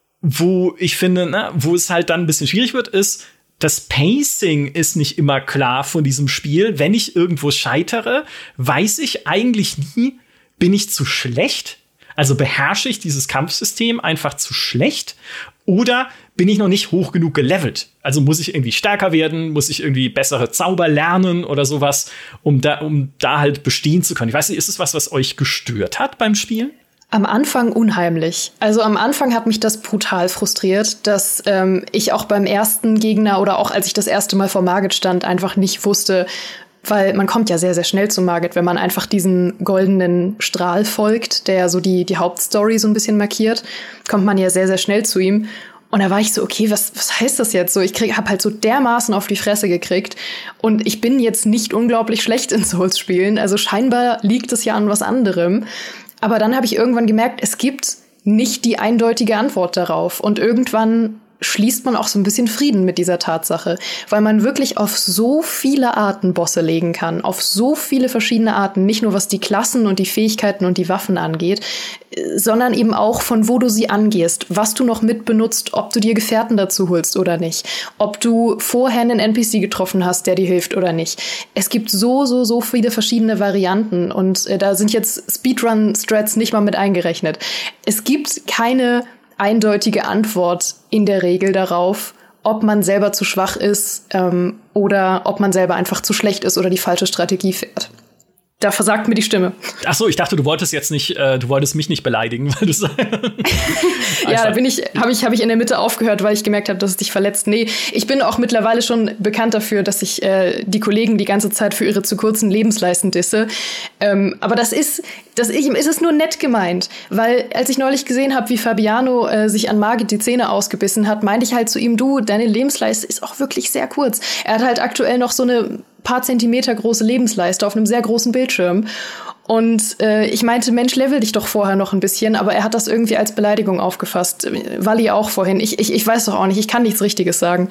wo ich finde, wo es halt dann ein bisschen schwierig wird, ist, das Pacing ist nicht immer klar von diesem Spiel. Wenn ich irgendwo scheitere, weiß ich eigentlich nie, bin ich zu schlecht? Also beherrsche ich dieses Kampfsystem einfach zu schlecht? Oder bin ich noch nicht hoch genug gelevelt? Also muss ich irgendwie stärker werden? Muss ich irgendwie bessere Zauber lernen oder sowas, um da halt bestehen zu können? Ich weiß nicht, ist es was euch gestört hat beim Spielen? Am Anfang unheimlich. Also am Anfang hat mich das brutal frustriert, dass ich auch beim ersten Gegner oder auch als ich das erste Mal vor Margit stand, einfach nicht wusste, weil man kommt ja sehr, sehr schnell zu Margit, wenn man einfach diesen goldenen Strahl folgt, der so die Hauptstory so ein bisschen markiert, kommt man ja sehr, sehr schnell zu ihm. Und da war ich so, okay, was heißt das jetzt so? Ich habe halt so dermaßen auf die Fresse gekriegt und ich bin jetzt nicht unglaublich schlecht in Souls-Spielen, also scheinbar liegt es ja an was anderem. Aber dann habe ich irgendwann gemerkt, es gibt nicht die eindeutige Antwort darauf. Und irgendwann schließt man auch so ein bisschen Frieden mit dieser Tatsache, weil man wirklich auf so viele Arten Bosse legen kann, auf so viele verschiedene Arten, nicht nur was die Klassen und die Fähigkeiten und die Waffen angeht, sondern eben auch von wo du sie angehst, was du noch mit benutzt, ob du dir Gefährten dazu holst oder nicht, ob du vorher einen NPC getroffen hast, der dir hilft oder nicht. Es gibt so viele verschiedene Varianten und da sind jetzt Speedrun-Strats nicht mal mit eingerechnet. Es gibt keine eindeutige Antwort in der Regel darauf, ob man selber zu schwach ist oder ob man selber einfach zu schlecht ist oder die falsche Strategie fährt. Da versagt mir die Stimme. Ach so, ich dachte, du wolltest jetzt nicht, du wolltest mich nicht beleidigen, weil du ja, da habe ich in der Mitte aufgehört, weil ich gemerkt habe, dass es dich verletzt. Nee, ich bin auch mittlerweile schon bekannt dafür, dass ich die Kollegen die ganze Zeit für ihre zu kurzen Lebensleisten disse. Aber es ist nur nett gemeint, weil als ich neulich gesehen habe, wie Fabiano sich an Margit die Zähne ausgebissen hat, meinte ich halt zu ihm, du, deine Lebensleiste ist auch wirklich sehr kurz. Er hat halt aktuell noch so eine paar Zentimeter große Lebensleiste auf einem sehr großen Bildschirm. Und ich meinte, Mensch, level dich doch vorher noch ein bisschen, aber er hat das irgendwie als Beleidigung aufgefasst. Walli auch vorhin. Ich weiß doch auch nicht, ich kann nichts Richtiges sagen.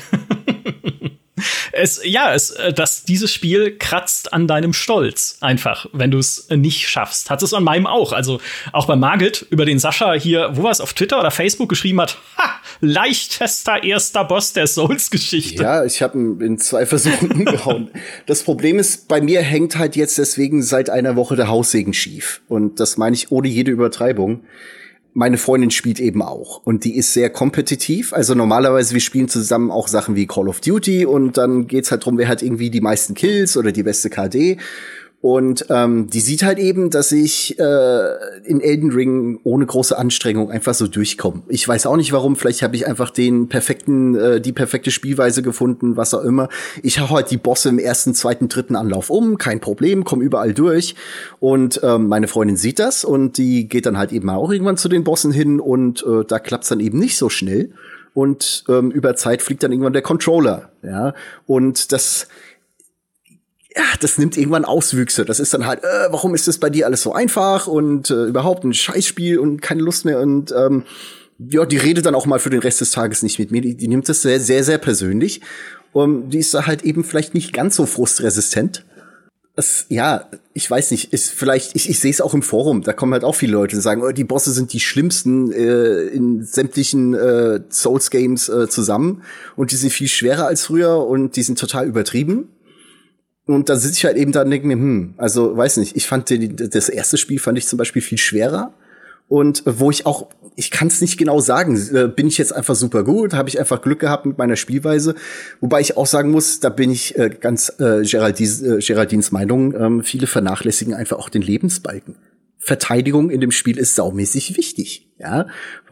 Dieses Spiel kratzt an deinem Stolz einfach, wenn du es nicht schaffst. Hat es an meinem auch. Also auch bei Margit, über den Sascha hier, wo war es, auf Twitter oder Facebook geschrieben hat, leichtester erster Boss der Souls-Geschichte. Ja, ich habe ihn in 2 Versuchen umgehauen. Das Problem ist, bei mir hängt halt jetzt deswegen seit einer Woche der Haussegen schief. Und das meine ich ohne jede Übertreibung. Meine Freundin spielt eben auch und die ist sehr kompetitiv. Also normalerweise, wir spielen zusammen auch Sachen wie Call of Duty und dann geht's halt drum, wer hat irgendwie die meisten Kills oder die beste KD. Und die sieht halt eben, dass ich in Elden Ring ohne große Anstrengung einfach so durchkomme. Ich weiß auch nicht warum, vielleicht habe ich einfach die perfekte Spielweise gefunden, was auch immer. Ich hau halt die Bosse im 1., 2., 3. Anlauf kein Problem, komm überall durch. Und meine Freundin sieht das und die geht dann halt eben auch irgendwann zu den Bossen hin und da klappt's dann eben nicht so schnell. und über Zeit fliegt dann irgendwann der Controller, ja, und das nimmt irgendwann Auswüchse. Das ist dann halt, warum ist das bei dir alles so einfach und überhaupt ein Scheißspiel und keine Lust mehr und die redet dann auch mal für den Rest des Tages nicht mit mir. Die nimmt das sehr, sehr, sehr persönlich. Die ist da halt eben vielleicht nicht ganz so frustresistent. Ich weiß nicht, ist vielleicht, ich sehe es auch im Forum, da kommen halt auch viele Leute und sagen, die Bosse sind die schlimmsten in sämtlichen Souls-Games zusammen und die sind viel schwerer als früher und die sind total übertrieben. Und da sitze ich halt eben da und denke mir, also weiß nicht, ich fand das erste Spiel fand ich zum Beispiel viel schwerer. Und wo ich kann es nicht genau sagen, bin ich jetzt einfach super gut, habe ich einfach Glück gehabt mit meiner Spielweise. Wobei ich auch sagen muss, da bin ich ganz Geraldines Meinung, viele vernachlässigen einfach auch den Lebensbalken. Verteidigung in dem Spiel ist saumäßig wichtig, ja.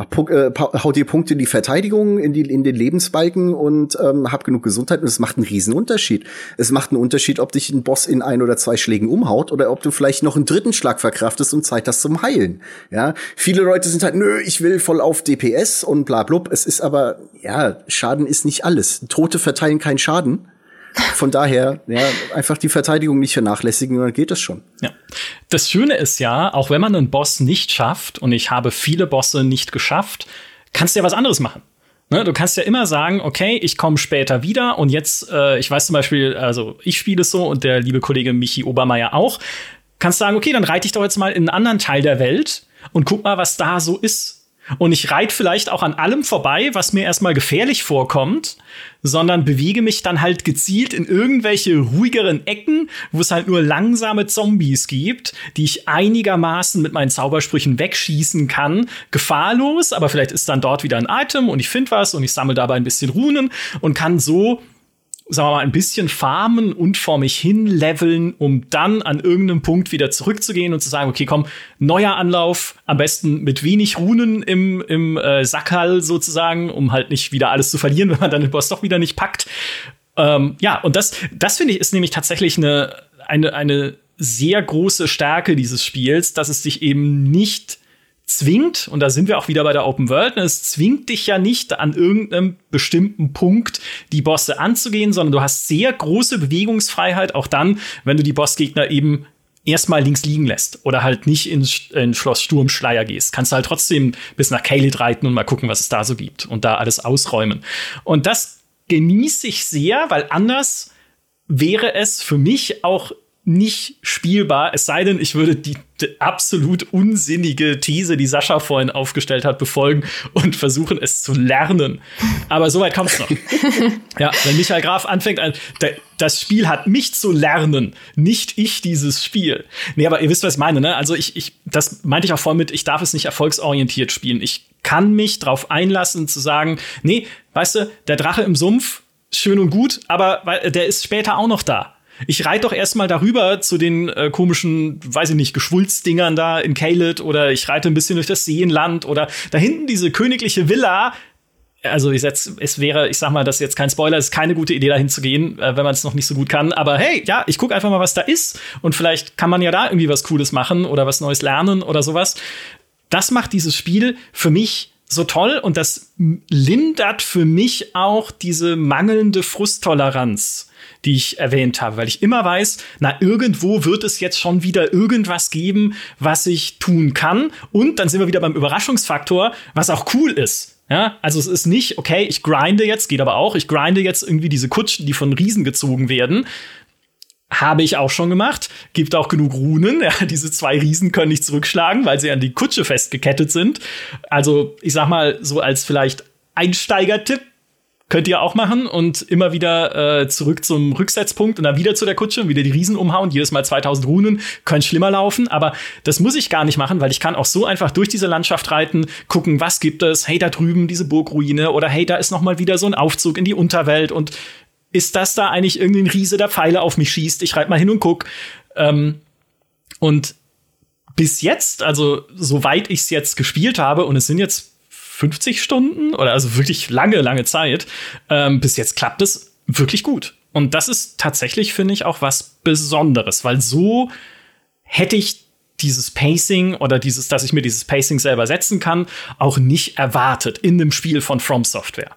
Hau dir Punkte in die Verteidigung, in den Lebensbalken und hab genug Gesundheit und es macht einen riesen Unterschied. Es macht einen Unterschied, ob dich ein Boss in 1 oder 2 Schlägen umhaut oder ob du vielleicht noch einen dritten Schlag verkraftest und Zeit hast zum Heilen, ja. Viele Leute sind halt, ich will voll auf DPS und bla blub. Es ist aber, Schaden ist nicht alles. Tote verteilen keinen Schaden. Von daher, einfach die Verteidigung nicht vernachlässigen und dann geht das schon. Ja. Das Schöne ist ja, auch wenn man einen Boss nicht schafft, und ich habe viele Bosse nicht geschafft, kannst du ja was anderes machen. Ne? Du kannst ja immer sagen, okay, ich komme später wieder und jetzt, ich weiß zum Beispiel, also ich spiele es so und der liebe Kollege Michi Obermeier auch, kannst sagen, okay, dann reite ich doch jetzt mal in einen anderen Teil der Welt und guck mal, was da so ist. Und ich reite vielleicht auch an allem vorbei, was mir erstmal gefährlich vorkommt, sondern bewege mich dann halt gezielt in irgendwelche ruhigeren Ecken, wo es halt nur langsame Zombies gibt, die ich einigermaßen mit meinen Zaubersprüchen wegschießen kann. Gefahrlos, aber vielleicht ist dann dort wieder ein Item und ich finde was und ich sammle dabei ein bisschen Runen und kann so, sagen wir mal, ein bisschen farmen und vor mich hin leveln, um dann an irgendeinem Punkt wieder zurückzugehen und zu sagen, okay, komm, neuer Anlauf, am besten mit wenig Runen im Sackerl sozusagen, um halt nicht wieder alles zu verlieren, wenn man dann den Boss doch wieder nicht packt. Und das finde ich ist nämlich tatsächlich eine sehr große Stärke dieses Spiels, dass es dich eben nicht zwingt, und da sind wir auch wieder bei der Open World, es zwingt dich ja nicht an irgendeinem bestimmten Punkt die Bosse anzugehen, sondern du hast sehr große Bewegungsfreiheit, auch dann, wenn du die Bossgegner eben erstmal links liegen lässt oder halt nicht in Schloss Sturmschleier gehst. Kannst du halt trotzdem bis nach Caelid reiten und mal gucken, was es da so gibt und da alles ausräumen. Und das genieße ich sehr, weil anders wäre es für mich auch nicht spielbar, es sei denn, ich würde die absolut unsinnige These, die Sascha vorhin aufgestellt hat, befolgen und versuchen, es zu lernen. Aber soweit kommt es noch. Ja, wenn Michael Graf anfängt, das Spiel hat mich zu lernen, nicht ich dieses Spiel. Nee, aber ihr wisst, was ich meine, ne? Also das meinte ich auch vorhin mit, ich darf es nicht erfolgsorientiert spielen. Ich kann mich drauf einlassen, zu sagen, nee, weißt du, der Drache im Sumpf, schön und gut, aber der ist später auch noch da. Ich reite doch erstmal darüber zu den komischen, weiß ich nicht, Geschwulzdingern da in Caelid oder ich reite ein bisschen durch das Seenland oder da hinten diese königliche Villa. Also es wäre, ich sag mal, das ist jetzt kein Spoiler, es ist keine gute Idee, dahin zu gehen, wenn man es noch nicht so gut kann. Aber hey, ja, ich gucke einfach mal, was da ist und vielleicht kann man ja da irgendwie was Cooles machen oder was Neues lernen oder sowas. Das macht dieses Spiel für mich so toll und das lindert für mich auch diese mangelnde Frusttoleranz, die ich erwähnt habe, weil ich immer weiß, irgendwo wird es jetzt schon wieder irgendwas geben, was ich tun kann. Und dann sind wir wieder beim Überraschungsfaktor, was auch cool ist. Ja, also es ist nicht, okay, ich grinde jetzt, geht aber auch, ich grinde jetzt irgendwie diese Kutschen, die von Riesen gezogen werden. Habe ich auch schon gemacht. Gibt auch genug Runen. Ja, diese 2 Riesen können nicht zurückschlagen, weil sie an die Kutsche festgekettet sind. Also, ich sag mal, so als vielleicht Einsteiger-Tipp, könnt ihr auch machen und immer wieder zurück zum Rücksetzpunkt und dann wieder zu der Kutsche und wieder die Riesen umhauen. Jedes Mal 2000 Runen, können schlimmer laufen. Aber das muss ich gar nicht machen, weil ich kann auch so einfach durch diese Landschaft reiten, gucken, was gibt es. Hey, da drüben diese Burgruine oder hey, da ist noch mal wieder so ein Aufzug in die Unterwelt und ist das da eigentlich irgendein Riese, der Pfeile auf mich schießt? Ich reite mal hin und guck. Und bis jetzt, also soweit ich es jetzt gespielt habe, und es sind jetzt 50 Stunden oder also wirklich lange Zeit, bis jetzt klappt es wirklich gut. Und das ist tatsächlich, finde ich, auch was Besonderes, weil so hätte ich dieses Pacing oder dass ich mir dieses Pacing selber setzen kann, auch nicht erwartet in einem Spiel von From Software.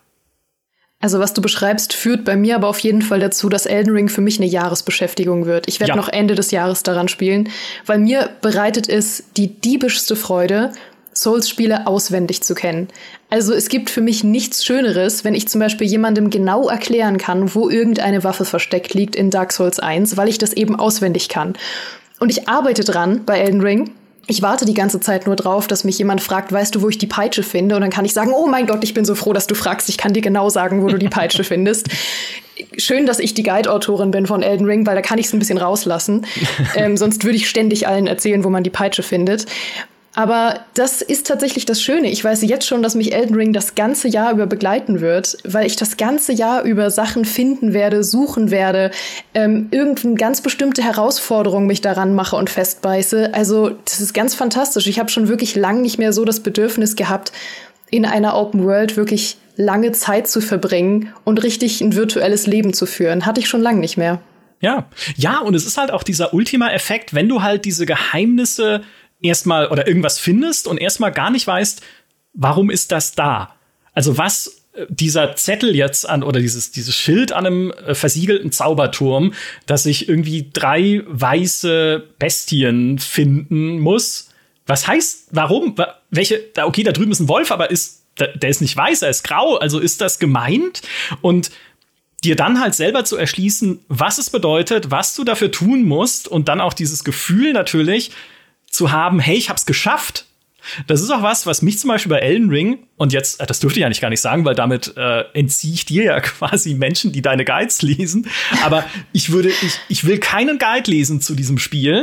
Also was du beschreibst, führt bei mir aber auf jeden Fall dazu, dass Elden Ring für mich eine Jahresbeschäftigung wird. Ich werde noch Ende des Jahres daran spielen, weil mir bereitet es die diebischste Freude, Souls-Spiele auswendig zu kennen. Also es gibt für mich nichts Schöneres, wenn ich zum Beispiel jemandem genau erklären kann, wo irgendeine Waffe versteckt liegt in Dark Souls 1, weil ich das eben auswendig kann. Und ich arbeite dran bei Elden Ring. Ich warte die ganze Zeit nur drauf, dass mich jemand fragt, weißt du, wo ich die Peitsche finde? Und dann kann ich sagen, oh mein Gott, ich bin so froh, dass du fragst. Ich kann dir genau sagen, wo du die Peitsche findest. Schön, dass ich die Guide-Autorin bin von Elden Ring, weil da kann ich es ein bisschen rauslassen. Sonst würde ich ständig allen erzählen, wo man die Peitsche findet. Aber das ist tatsächlich das Schöne. Ich weiß jetzt schon, dass mich Elden Ring das ganze Jahr über begleiten wird, weil ich das ganze Jahr über Sachen finden werde, suchen werde, irgendeine ganz bestimmte Herausforderung mich daran mache und festbeiße. Also das ist ganz fantastisch. Ich habe schon wirklich lang nicht mehr so das Bedürfnis gehabt, in einer Open World wirklich lange Zeit zu verbringen und richtig ein virtuelles Leben zu führen. Hatte ich schon lang nicht mehr. Ja, und es ist halt auch dieser Ultima-Effekt, wenn du halt diese Geheimnisse erstmal oder irgendwas findest und erstmal gar nicht weißt, warum ist das da? Also was dieser Zettel jetzt oder dieses Schild an einem versiegelten Zauberturm, dass ich irgendwie 3 weiße Bestien finden muss. Was heißt, warum? Welche? Okay, da drüben ist ein Wolf, aber der ist nicht weiß, er ist grau. Also ist das gemeint? Und dir dann halt selber zu erschließen, was es bedeutet, was du dafür tun musst und dann auch dieses Gefühl natürlich zu haben, hey, ich hab's geschafft. Das ist auch was mich zum Beispiel bei Elden Ring, und jetzt, das dürfte ich eigentlich gar nicht sagen, weil damit entziehe ich dir ja quasi Menschen, die deine Guides lesen. Aber ich will keinen Guide lesen zu diesem Spiel.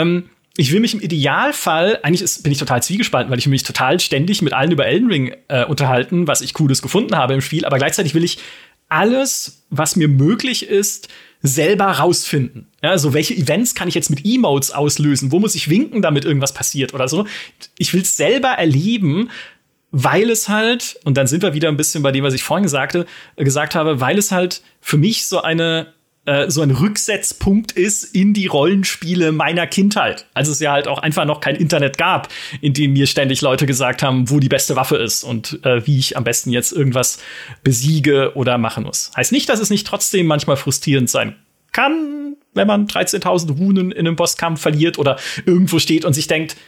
Ich will mich im Idealfall, bin ich total zwiegespalten, weil ich will mich total ständig mit allen über Elden Ring unterhalten, was ich Cooles gefunden habe im Spiel. Aber gleichzeitig will ich alles, was mir möglich ist, selber rausfinden. Ja, so welche Events kann ich jetzt mit Emotes auslösen? Wo muss ich winken, damit irgendwas passiert oder so? Ich will es selber erleben, weil es halt, und dann sind wir wieder ein bisschen bei dem, was ich vorhin gesagt habe, weil es halt für mich so ein Rücksetzpunkt ist in die Rollenspiele meiner Kindheit. Also es ja halt auch einfach noch kein Internet gab, in dem mir ständig Leute gesagt haben, wo die beste Waffe ist und wie ich am besten jetzt irgendwas besiege oder machen muss. Heißt nicht, dass es nicht trotzdem manchmal frustrierend sein kann, wenn man 13.000 Runen in einem Bosskampf verliert oder irgendwo steht und sich denkt,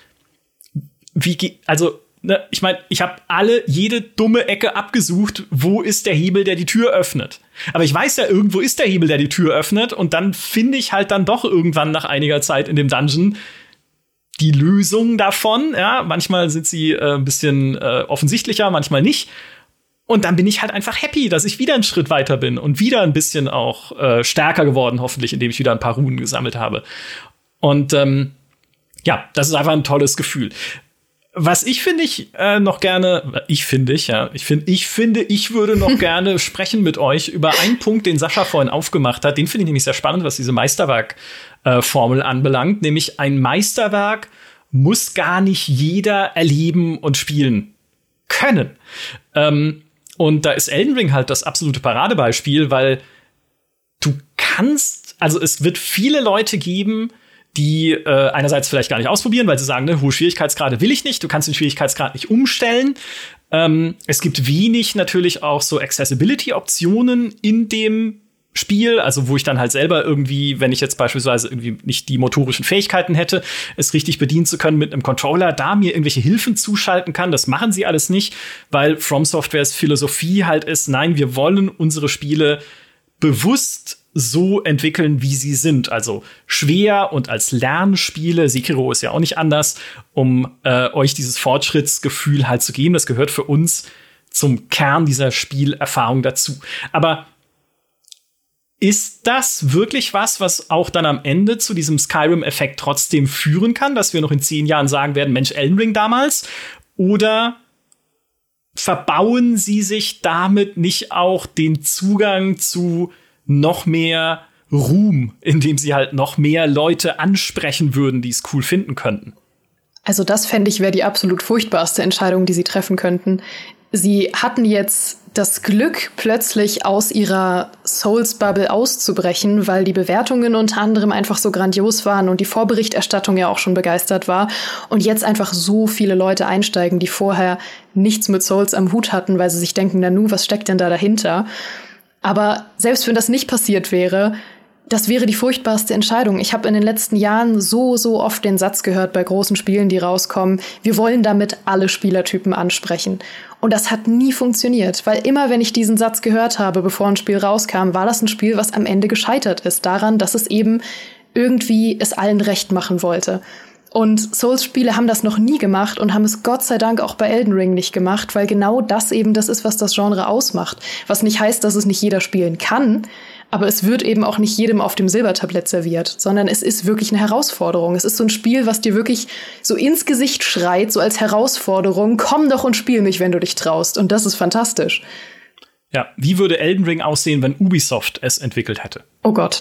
ich meine, ich habe jede dumme Ecke abgesucht, wo ist der Hebel, der die Tür öffnet. Aber ich weiß ja, irgendwo ist der Hebel, der die Tür öffnet, und dann finde ich halt dann doch irgendwann nach einiger Zeit in dem Dungeon die Lösung davon. Ja, manchmal sind sie ein bisschen offensichtlicher, manchmal nicht. Und dann bin ich halt einfach happy, dass ich wieder einen Schritt weiter bin und wieder ein bisschen auch stärker geworden, hoffentlich, indem ich wieder ein paar Runen gesammelt habe. Und das ist einfach ein tolles Gefühl. Was ich würde noch gerne sprechen mit euch über einen Punkt, den Sascha vorhin aufgemacht hat. Den finde ich nämlich sehr spannend, was diese Meisterwerk-Formel anbelangt. Nämlich ein Meisterwerk muss gar nicht jeder erleben und spielen können. Und da ist Elden Ring halt das absolute Paradebeispiel, weil es wird viele Leute geben, die einerseits vielleicht gar nicht ausprobieren, weil sie sagen, ne, hohe Schwierigkeitsgrade will ich nicht, du kannst den Schwierigkeitsgrad nicht umstellen. Es gibt wenig natürlich auch so Accessibility-Optionen in dem Spiel, also wo ich dann halt selber irgendwie, wenn ich jetzt beispielsweise irgendwie nicht die motorischen Fähigkeiten hätte, es richtig bedienen zu können mit einem Controller, da mir irgendwelche Hilfen zuschalten kann. Das machen sie alles nicht, weil From Softwares Philosophie halt ist, nein, wir wollen unsere Spiele bewusst so entwickeln, wie sie sind. Also schwer und als Lernspiele. Sekiro ist ja auch nicht anders, um euch dieses Fortschrittsgefühl halt zu geben. Das gehört für uns zum Kern dieser Spielerfahrung dazu. Aber ist das wirklich was auch dann am Ende zu diesem Skyrim-Effekt trotzdem führen kann, dass wir noch in 10 Jahren sagen werden, Mensch, Elden Ring damals? Oder verbauen sie sich damit nicht auch den Zugang zu noch mehr Ruhm, indem sie halt noch mehr Leute ansprechen würden, die es cool finden könnten? Also das fände ich wäre die absolut furchtbarste Entscheidung, die sie treffen könnten. Sie hatten jetzt das Glück, plötzlich aus ihrer Souls-Bubble auszubrechen, weil die Bewertungen unter anderem einfach so grandios waren und die Vorberichterstattung ja auch schon begeistert war und jetzt einfach so viele Leute einsteigen, die vorher nichts mit Souls am Hut hatten, weil sie sich denken, na nu, was steckt denn da dahinter? Aber selbst wenn das nicht passiert wäre, das wäre die furchtbarste Entscheidung. Ich habe in den letzten Jahren so oft den Satz gehört bei großen Spielen, die rauskommen, wir wollen damit alle Spielertypen ansprechen. Und das hat nie funktioniert, weil immer, wenn ich diesen Satz gehört habe, bevor ein Spiel rauskam, war das ein Spiel, was am Ende gescheitert ist daran, dass es eben irgendwie es allen recht machen wollte. Und Souls-Spiele haben das noch nie gemacht und haben es Gott sei Dank auch bei Elden Ring nicht gemacht, weil genau das eben das ist, was das Genre ausmacht. Was nicht heißt, dass es nicht jeder spielen kann, aber es wird eben auch nicht jedem auf dem Silbertablett serviert, sondern es ist wirklich eine Herausforderung. Es ist so ein Spiel, was dir wirklich so ins Gesicht schreit, so als Herausforderung, komm doch und spiel mich, wenn du dich traust. Und das ist fantastisch. Ja, wie würde Elden Ring aussehen, wenn Ubisoft es entwickelt hätte? Oh Gott.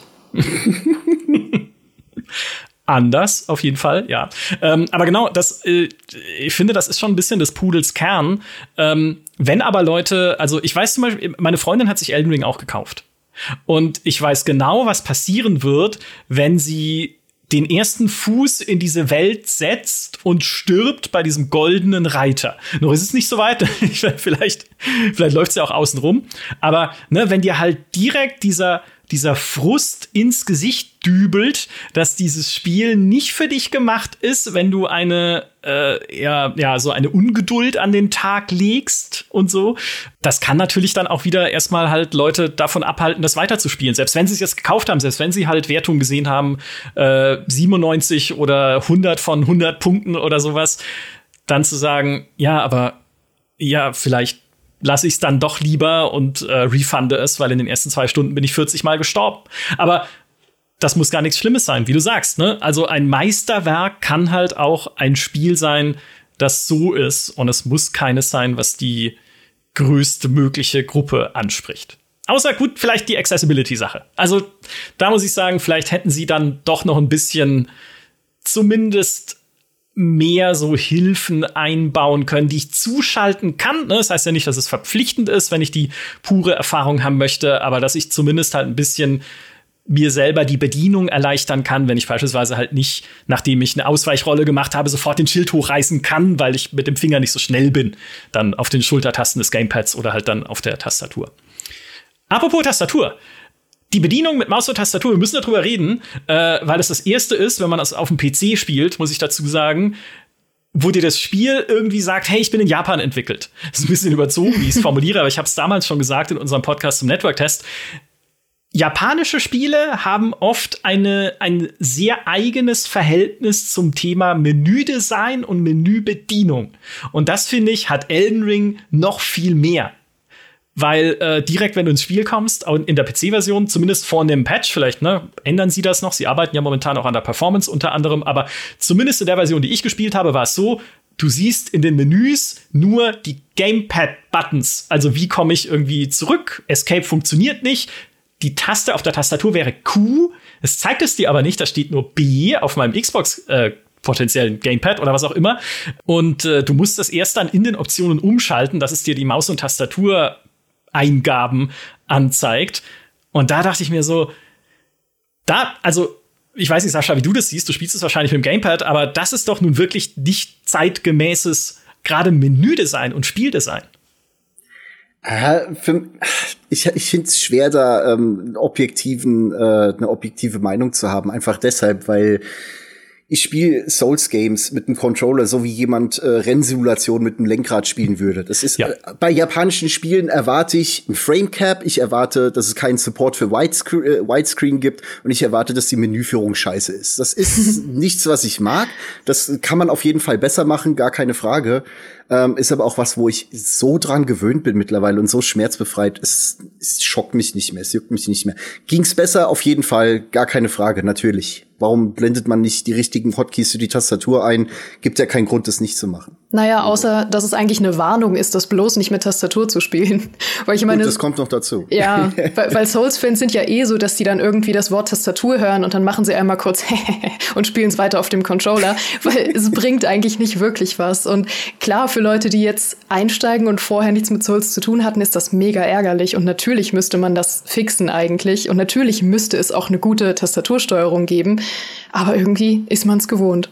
Anders, auf jeden Fall, ja. Aber genau, ich finde, das ist schon ein bisschen des Pudels Kern. Wenn aber Leute, also ich weiß zum Beispiel, meine Freundin hat sich Elden Ring auch gekauft. Und ich weiß genau, was passieren wird, wenn sie den ersten Fuß in diese Welt setzt und stirbt bei diesem goldenen Reiter. Noch ist es nicht so weit. Vielleicht läuft es ja auch außen rum. Aber ne, wenn dir halt direkt dieser Frust ins Gesicht dübelt, dass dieses Spiel nicht für dich gemacht ist, wenn du eine so eine Ungeduld an den Tag legst und so. Das kann natürlich dann auch wieder erstmal halt Leute davon abhalten, das weiterzuspielen. Selbst wenn sie es jetzt gekauft haben, selbst wenn sie halt Wertungen gesehen haben, 97 oder 100 von 100 Punkten oder sowas, dann zu sagen, ja, aber ja, vielleicht lasse ich es dann doch lieber und refunde es, weil in den ersten 2 Stunden bin ich 40 Mal gestorben. Aber das muss gar nichts Schlimmes sein, wie du sagst, ne? Also ein Meisterwerk kann halt auch ein Spiel sein, das so ist. Und es muss keines sein, was die größte mögliche Gruppe anspricht. Außer gut, vielleicht die Accessibility-Sache. Also da muss ich sagen, vielleicht hätten sie dann doch noch ein bisschen zumindest mehr so Hilfen einbauen können, die ich zuschalten kann. Das heißt ja nicht, dass es verpflichtend ist, wenn ich die pure Erfahrung haben möchte, aber dass ich zumindest halt ein bisschen mir selber die Bedienung erleichtern kann, wenn ich beispielsweise halt nicht, nachdem ich eine Ausweichrolle gemacht habe, sofort den Schild hochreißen kann, weil ich mit dem Finger nicht so schnell bin, dann auf den Schultertasten des Gamepads oder halt dann auf der Tastatur. Apropos Tastatur. Die Bedienung mit Maus und Tastatur, wir müssen darüber reden, weil das erste ist, wenn man das auf dem PC spielt, muss ich dazu sagen, wo dir das Spiel irgendwie sagt, hey, ich bin in Japan entwickelt. Das ist ein bisschen überzogen, wie ich es formuliere, aber ich habe es damals schon gesagt in unserem Podcast zum Network-Test. Japanische Spiele haben oft ein sehr eigenes Verhältnis zum Thema Menüdesign und Menübedienung. Und das, finde ich, hat Elden Ring noch viel mehr. Weil direkt, wenn du ins Spiel kommst, in der PC-Version, zumindest vor einem Patch, vielleicht ändern sie das noch. Sie arbeiten ja momentan auch an der Performance unter anderem. Aber zumindest in der Version, die ich gespielt habe, war es so, du siehst in den Menüs nur die Gamepad-Buttons. Also wie komme ich irgendwie zurück? Escape funktioniert nicht. Die Taste auf der Tastatur wäre Q. Es zeigt es dir aber nicht. Da steht nur B auf meinem Xbox potenziellen Gamepad oder was auch immer. Und du musst das erst dann in den Optionen umschalten, dass es dir die Maus- und Tastatureingaben anzeigt. Und da dachte ich mir so, also ich weiß nicht, Sascha, wie du das siehst. Du spielst es wahrscheinlich mit dem Gamepad, aber das ist doch nun wirklich nicht zeitgemäßes gerade Menüdesign und Spieldesign. Ich finde es schwer, da eine objektive Meinung zu haben. Einfach deshalb, weil ich spiele Souls-Games mit einem Controller, so wie jemand Rennsimulation mit einem Lenkrad spielen würde. Das ist bei japanischen Spielen erwarte ich ein Framecap, ich erwarte, dass es keinen Support für Widescreen gibt und ich erwarte, dass die Menüführung scheiße ist. Das ist nichts, was ich mag. Das kann man auf jeden Fall besser machen, gar keine Frage. Ist aber auch was, wo ich so dran gewöhnt bin mittlerweile und so schmerzbefreit. Es schockt mich nicht mehr, es juckt mich nicht mehr. Ging's besser? Auf jeden Fall, gar keine Frage, natürlich. Warum blendet man nicht die richtigen Hotkeys für die Tastatur ein? Gibt ja keinen Grund, das nicht zu machen. Naja, außer, dass es eigentlich eine Warnung ist, das bloß nicht mit Tastatur zu spielen. Weil ich meine, gut, das kommt noch dazu. Ja, weil Souls-Fans sind ja so, dass die dann irgendwie das Wort Tastatur hören und dann machen sie einmal kurz und spielen es weiter auf dem Controller, weil es bringt eigentlich nicht wirklich was. Und klar, für Leute, die jetzt einsteigen und vorher nichts mit Souls zu tun hatten, ist das mega ärgerlich. Und natürlich müsste man das fixen eigentlich. Und natürlich müsste es auch eine gute Tastatursteuerung geben. Aber irgendwie ist man es gewohnt.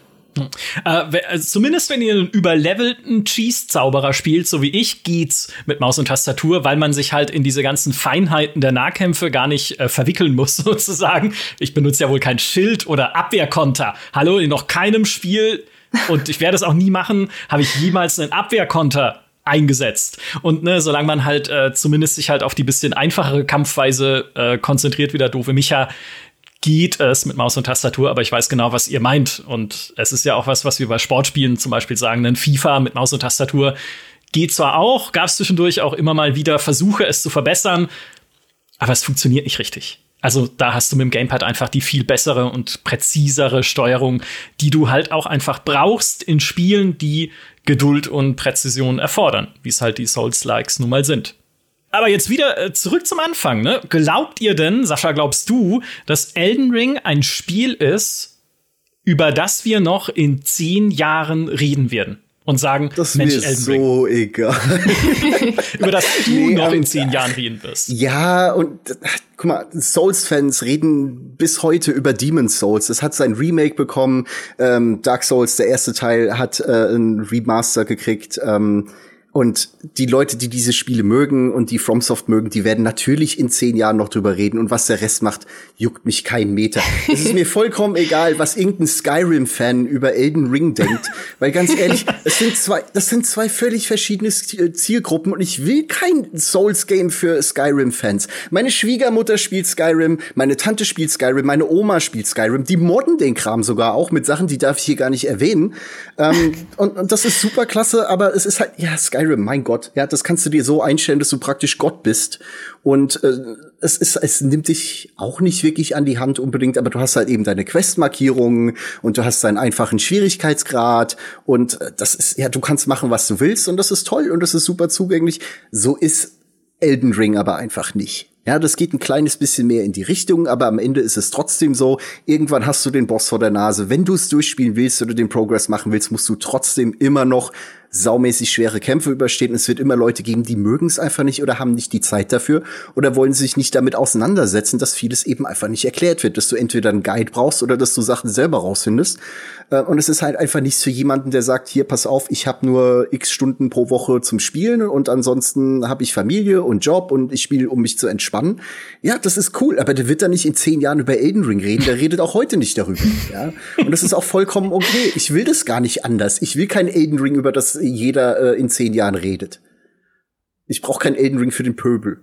Zumindest wenn ihr einen überlevelten Cheese-Zauberer spielt, so wie ich, geht's mit Maus und Tastatur, weil man sich halt in diese ganzen Feinheiten der Nahkämpfe gar nicht verwickeln muss, sozusagen. Ich benutze ja wohl kein Schild oder Abwehrkonter. Hallo, in noch keinem Spiel, und ich werde es auch nie machen, habe ich jemals einen Abwehrkonter eingesetzt. Und ne, solange man halt zumindest sich halt auf die bisschen einfachere Kampfweise konzentriert, wie der doofe Micha, geht es mit Maus und Tastatur, aber ich weiß genau, was ihr meint. Und es ist ja auch was wir bei Sportspielen zum Beispiel sagen, ein FIFA mit Maus und Tastatur geht zwar auch, gab es zwischendurch auch immer mal wieder Versuche, es zu verbessern, aber es funktioniert nicht richtig. Also da hast du mit dem Gamepad einfach die viel bessere und präzisere Steuerung, die du halt auch einfach brauchst in Spielen, die Geduld und Präzision erfordern, wie es halt die Souls-Likes nun mal sind. Aber jetzt wieder zurück zum Anfang, ne? Glaubt ihr denn, Sascha, glaubst du, dass Elden Ring ein Spiel ist, über das wir noch in 10 Jahren reden werden? Und sagen, das Mensch, mir ist Elden Ring. So egal. Über das du noch in 10 Jahren reden wirst. Ja, und guck mal, Souls-Fans reden bis heute über Demon's Souls. Es hat sein Remake bekommen. Dark Souls, der erste Teil, hat ein Remaster gekriegt. Und die Leute, die diese Spiele mögen und die FromSoft mögen, die werden natürlich in 10 Jahren noch drüber reden. Und was der Rest macht, juckt mich keinen Meter. Es ist mir vollkommen egal, was irgendein Skyrim-Fan über Elden Ring denkt. Weil ganz ehrlich, das sind zwei völlig verschiedene Zielgruppen. Und ich will kein Souls-Game für Skyrim-Fans. Meine Schwiegermutter spielt Skyrim, meine Tante spielt Skyrim, meine Oma spielt Skyrim. Die modden den Kram sogar auch mit Sachen, die darf ich hier gar nicht erwähnen. Und das ist super klasse, aber es ist halt, ja, Skyrim, mein Gott, ja, das kannst du dir so einstellen, dass du praktisch Gott bist. Und es nimmt dich auch nicht wirklich an die Hand unbedingt, aber du hast halt eben deine Questmarkierungen und du hast deinen einfachen Schwierigkeitsgrad und das ist, ja, du kannst machen, was du willst und das ist toll und das ist super zugänglich. So ist Elden Ring aber einfach nicht. Ja, das geht ein kleines bisschen mehr in die Richtung, aber am Ende ist es trotzdem so, irgendwann hast du den Boss vor der Nase. Wenn du es durchspielen willst oder den Progress machen willst, musst du trotzdem immer noch saumäßig schwere Kämpfe überstehen. Es wird immer Leute geben, die mögen es einfach nicht oder haben nicht die Zeit dafür oder wollen sich nicht damit auseinandersetzen, dass vieles eben einfach nicht erklärt wird, dass du entweder einen Guide brauchst oder dass du Sachen selber rausfindest. Und es ist halt einfach nichts für jemanden, der sagt, hier, pass auf, ich habe nur x Stunden pro Woche zum Spielen und ansonsten habe ich Familie und Job und ich spiele, um mich zu entspannen. Ja, das ist cool, aber der wird dann nicht in 10 Jahren über Elden Ring reden, der redet auch heute nicht darüber. Ja? Und das ist auch vollkommen okay. Ich will das gar nicht anders. Ich will kein Elden Ring, über das jeder in 10 Jahren redet. Ich brauche kein Elden Ring für den Pöbel.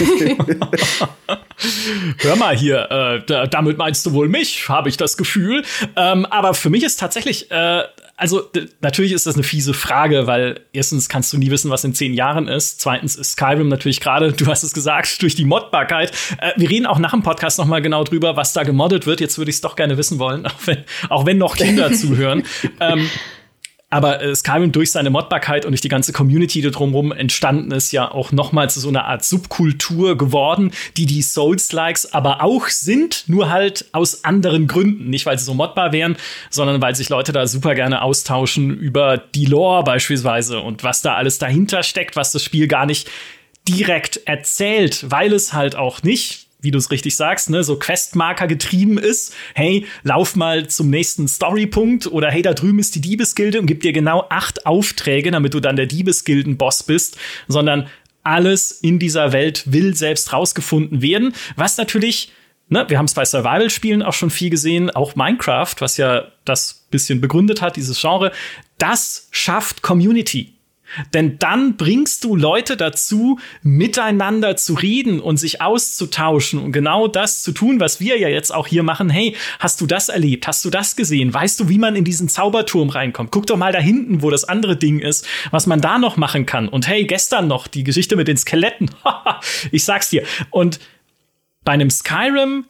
Hör mal hier, damit meinst du wohl mich, habe ich das Gefühl. Aber für mich ist tatsächlich, natürlich ist das eine fiese Frage, weil erstens kannst du nie wissen, was in 10 Jahren ist. Zweitens ist Skyrim natürlich gerade, du hast es gesagt, durch die Modbarkeit. Wir reden auch nach dem Podcast noch mal genau drüber, was da gemoddet wird. Jetzt würde ich es doch gerne wissen wollen, auch wenn noch Kinder zuhören. Aber Skyrim durch seine Modbarkeit und durch die ganze Community, die drumherum entstanden ist, ja auch nochmal zu so einer Art Subkultur geworden, die Souls-Likes aber auch sind, nur halt aus anderen Gründen. Nicht, weil sie so modbar wären, sondern weil sich Leute da super gerne austauschen über die Lore beispielsweise und was da alles dahinter steckt, was das Spiel gar nicht direkt erzählt, weil es halt auch nicht, wie du es richtig sagst, ne, so Questmarker getrieben ist. Hey, lauf mal zum nächsten Storypunkt oder hey, da drüben ist die Diebesgilde und gib dir genau 8 Aufträge, damit du dann der Diebesgilden-Boss bist, sondern alles in dieser Welt will selbst rausgefunden werden, was natürlich, ne, wir haben es bei Survival-Spielen auch schon viel gesehen, auch Minecraft, was ja das bisschen begründet hat, dieses Genre, das schafft Community. Denn dann bringst du Leute dazu, miteinander zu reden und sich auszutauschen und genau das zu tun, was wir ja jetzt auch hier machen. Hey, hast du das erlebt? Hast du das gesehen? Weißt du, wie man in diesen Zauberturm reinkommt? Guck doch mal da hinten, wo das andere Ding ist, was man da noch machen kann. Und hey, gestern noch die Geschichte mit den Skeletten. Ich sag's dir. Und bei einem Skyrim,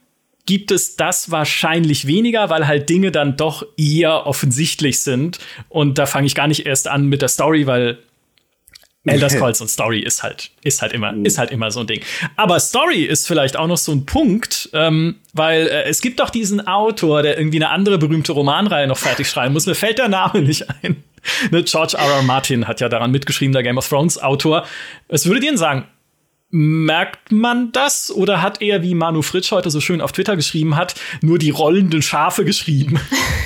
gibt es das wahrscheinlich weniger, weil halt Dinge dann doch eher offensichtlich sind. Und da fange ich gar nicht erst an mit der Story, weil Elder Scrolls und Story ist halt immer so ein Ding. Aber Story ist vielleicht auch noch so ein Punkt, weil es gibt doch diesen Autor, der irgendwie eine andere berühmte Romanreihe noch fertig schreiben muss. Mir fällt der Name nicht ein. George R.R. Martin hat ja daran mitgeschrieben, der Game of Thrones Autor. Was würdet ihr denn sagen? Merkt man das oder hat er, wie Manu Fritsch heute so schön auf Twitter geschrieben hat, nur die rollenden Schafe geschrieben?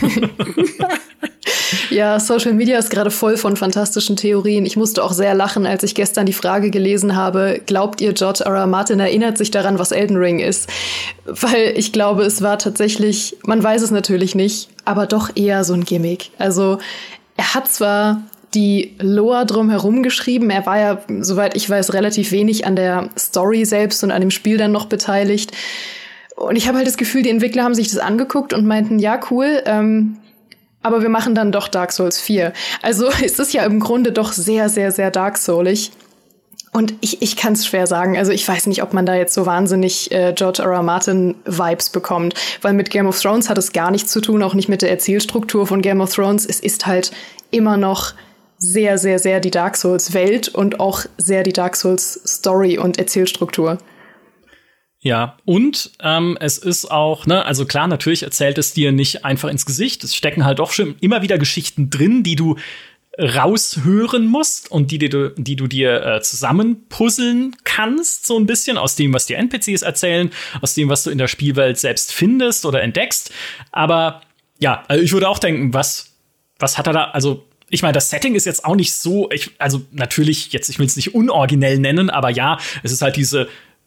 Ja, Social Media ist gerade voll von fantastischen Theorien. Ich musste auch sehr lachen, als ich gestern die Frage gelesen habe, glaubt ihr, George R.R. Martin erinnert sich daran, was Elden Ring ist? Weil ich glaube, es war tatsächlich, man weiß es natürlich nicht, aber doch eher so ein Gimmick. Also er hat zwar die Lore drumherum geschrieben. Er war ja, soweit ich weiß, relativ wenig an der Story selbst und an dem Spiel dann noch beteiligt. Und ich habe halt das Gefühl, die Entwickler haben sich das angeguckt und meinten, ja, cool, aber wir machen dann doch Dark Souls 4. Also es ist ja im Grunde doch sehr, sehr, sehr Dark Soulig. Und ich kann es schwer sagen. Also ich weiß nicht, ob man da jetzt so wahnsinnig George R.R. Martin-Vibes bekommt. Weil mit Game of Thrones hat es gar nichts zu tun, auch nicht mit der Erzählstruktur von Game of Thrones. Es ist halt immer noch sehr, sehr, sehr die Dark Souls-Welt und auch sehr die Dark Souls-Story und Erzählstruktur. Ja, und es ist auch, ne, also klar, natürlich erzählt es dir nicht einfach ins Gesicht. Es stecken halt auch schon immer wieder Geschichten drin, die du raushören musst und die du dir zusammenpuzzeln kannst, so ein bisschen aus dem, was dir NPCs erzählen, aus dem, was du in der Spielwelt selbst findest oder entdeckst. Aber ja, also ich würde auch denken, was hat er da, also ich meine, das Setting ist jetzt auch nicht so, also natürlich, jetzt, ich will es nicht unoriginell nennen, aber ja, es ist halt diese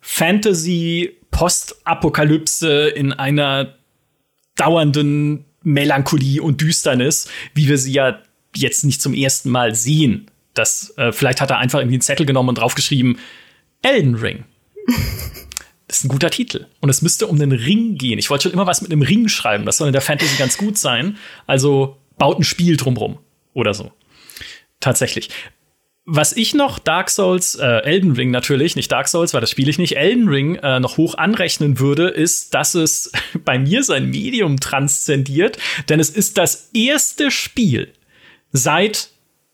Fantasy-Postapokalypse in einer dauernden Melancholie und Düsternis, wie wir sie ja jetzt nicht zum ersten Mal sehen. Das, vielleicht hat er einfach irgendwie einen Zettel genommen und draufgeschrieben, Elden Ring. Das ist ein guter Titel. Und es müsste um einen Ring gehen. Ich wollte schon immer was mit einem Ring schreiben. Das soll in der Fantasy ganz gut sein. Also baut ein Spiel drumrum. Oder so. Tatsächlich. Was ich noch Elden Ring natürlich, nicht Dark Souls, weil das spiele ich nicht, Elden Ring noch hoch anrechnen würde, ist, dass es bei mir sein Medium transzendiert. Denn es ist das erste Spiel seit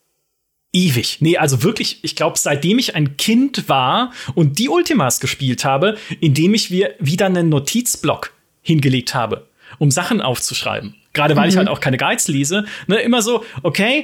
ewig. Nee, also wirklich, ich glaube, seitdem ich ein Kind war und die Ultimas gespielt habe, indem ich wieder einen Notizblock hingelegt habe, um Sachen aufzuschreiben. Gerade weil ich halt auch keine Guides lese. Ne, immer so, okay,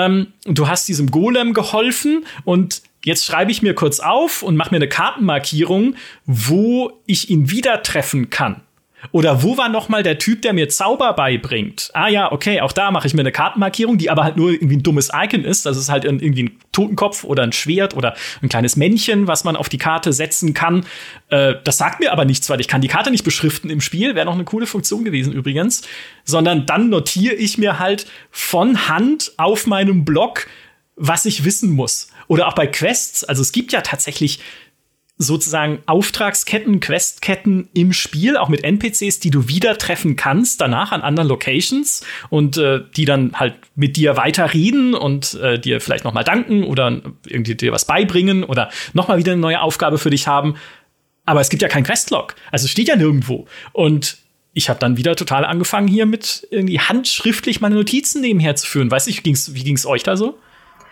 du hast diesem Golem geholfen und jetzt schreibe ich mir kurz auf und mache mir eine Kartenmarkierung, wo ich ihn wieder treffen kann. Oder wo war noch mal der Typ, der mir Zauber beibringt? Ah ja, okay, auch da mache ich mir eine Kartenmarkierung, die aber halt nur irgendwie ein dummes Icon ist. Das ist halt irgendwie ein Totenkopf oder ein Schwert oder ein kleines Männchen, was man auf die Karte setzen kann. Das sagt mir aber nichts, weil ich kann die Karte nicht beschriften im Spiel. Wäre noch eine coole Funktion gewesen übrigens. Sondern dann notiere ich mir halt von Hand auf meinem Block, was ich wissen muss. Oder auch bei Quests. Also es gibt ja tatsächlich sozusagen Auftragsketten, Questketten im Spiel, auch mit NPCs, die du wieder treffen kannst, danach an anderen Locations und die dann halt mit dir weiter reden und dir vielleicht noch mal danken oder irgendwie dir was beibringen oder noch mal wieder eine neue Aufgabe für dich haben. Aber es gibt ja kein Questlog. Also es steht ja nirgendwo. Und ich habe dann wieder total angefangen, hier mit irgendwie handschriftlich meine Notizen nebenher zu führen. Weiß ich, wie ging's euch da so?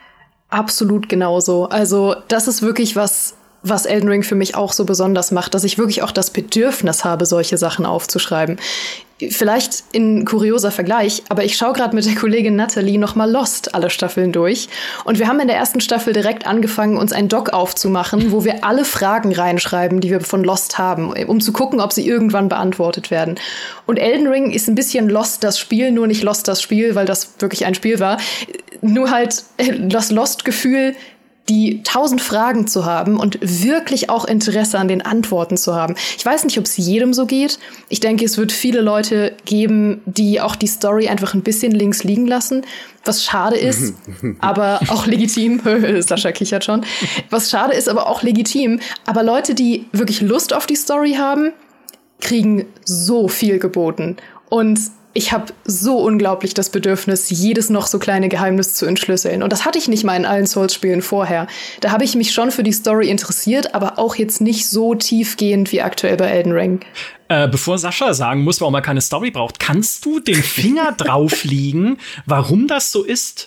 Absolut genauso. Also das ist wirklich was Elden Ring für mich auch so besonders macht, dass ich wirklich auch das Bedürfnis habe, solche Sachen aufzuschreiben. Vielleicht in kurioser Vergleich, aber ich schaue gerade mit der Kollegin Natalie noch mal Lost alle Staffeln durch. Und wir haben in der ersten Staffel direkt angefangen, uns ein Doc aufzumachen, wo wir alle Fragen reinschreiben, die wir von Lost haben, um zu gucken, ob sie irgendwann beantwortet werden. Und Elden Ring ist ein bisschen Lost das Spiel, nur nicht Lost das Spiel, weil das wirklich ein Spiel war. Nur halt das Lost-Gefühl, die 1000 Fragen zu haben und wirklich auch Interesse an den Antworten zu haben. Ich weiß nicht, ob es jedem so geht. Ich denke, es wird viele Leute geben, die auch die Story einfach ein bisschen links liegen lassen, was schade ist, aber auch legitim. Sascha kichert schon. Was schade ist, aber auch legitim. Aber Leute, die wirklich Lust auf die Story haben, kriegen so viel geboten. Und ich habe so unglaublich das Bedürfnis, jedes noch so kleine Geheimnis zu entschlüsseln. Und das hatte ich nicht mal in allen Souls-Spielen vorher. Da habe ich mich schon für die Story interessiert, aber auch jetzt nicht so tiefgehend wie aktuell bei Elden Ring. Bevor Sascha sagen muss, warum er keine Story braucht, kannst du den Finger drauflegen, warum das so ist?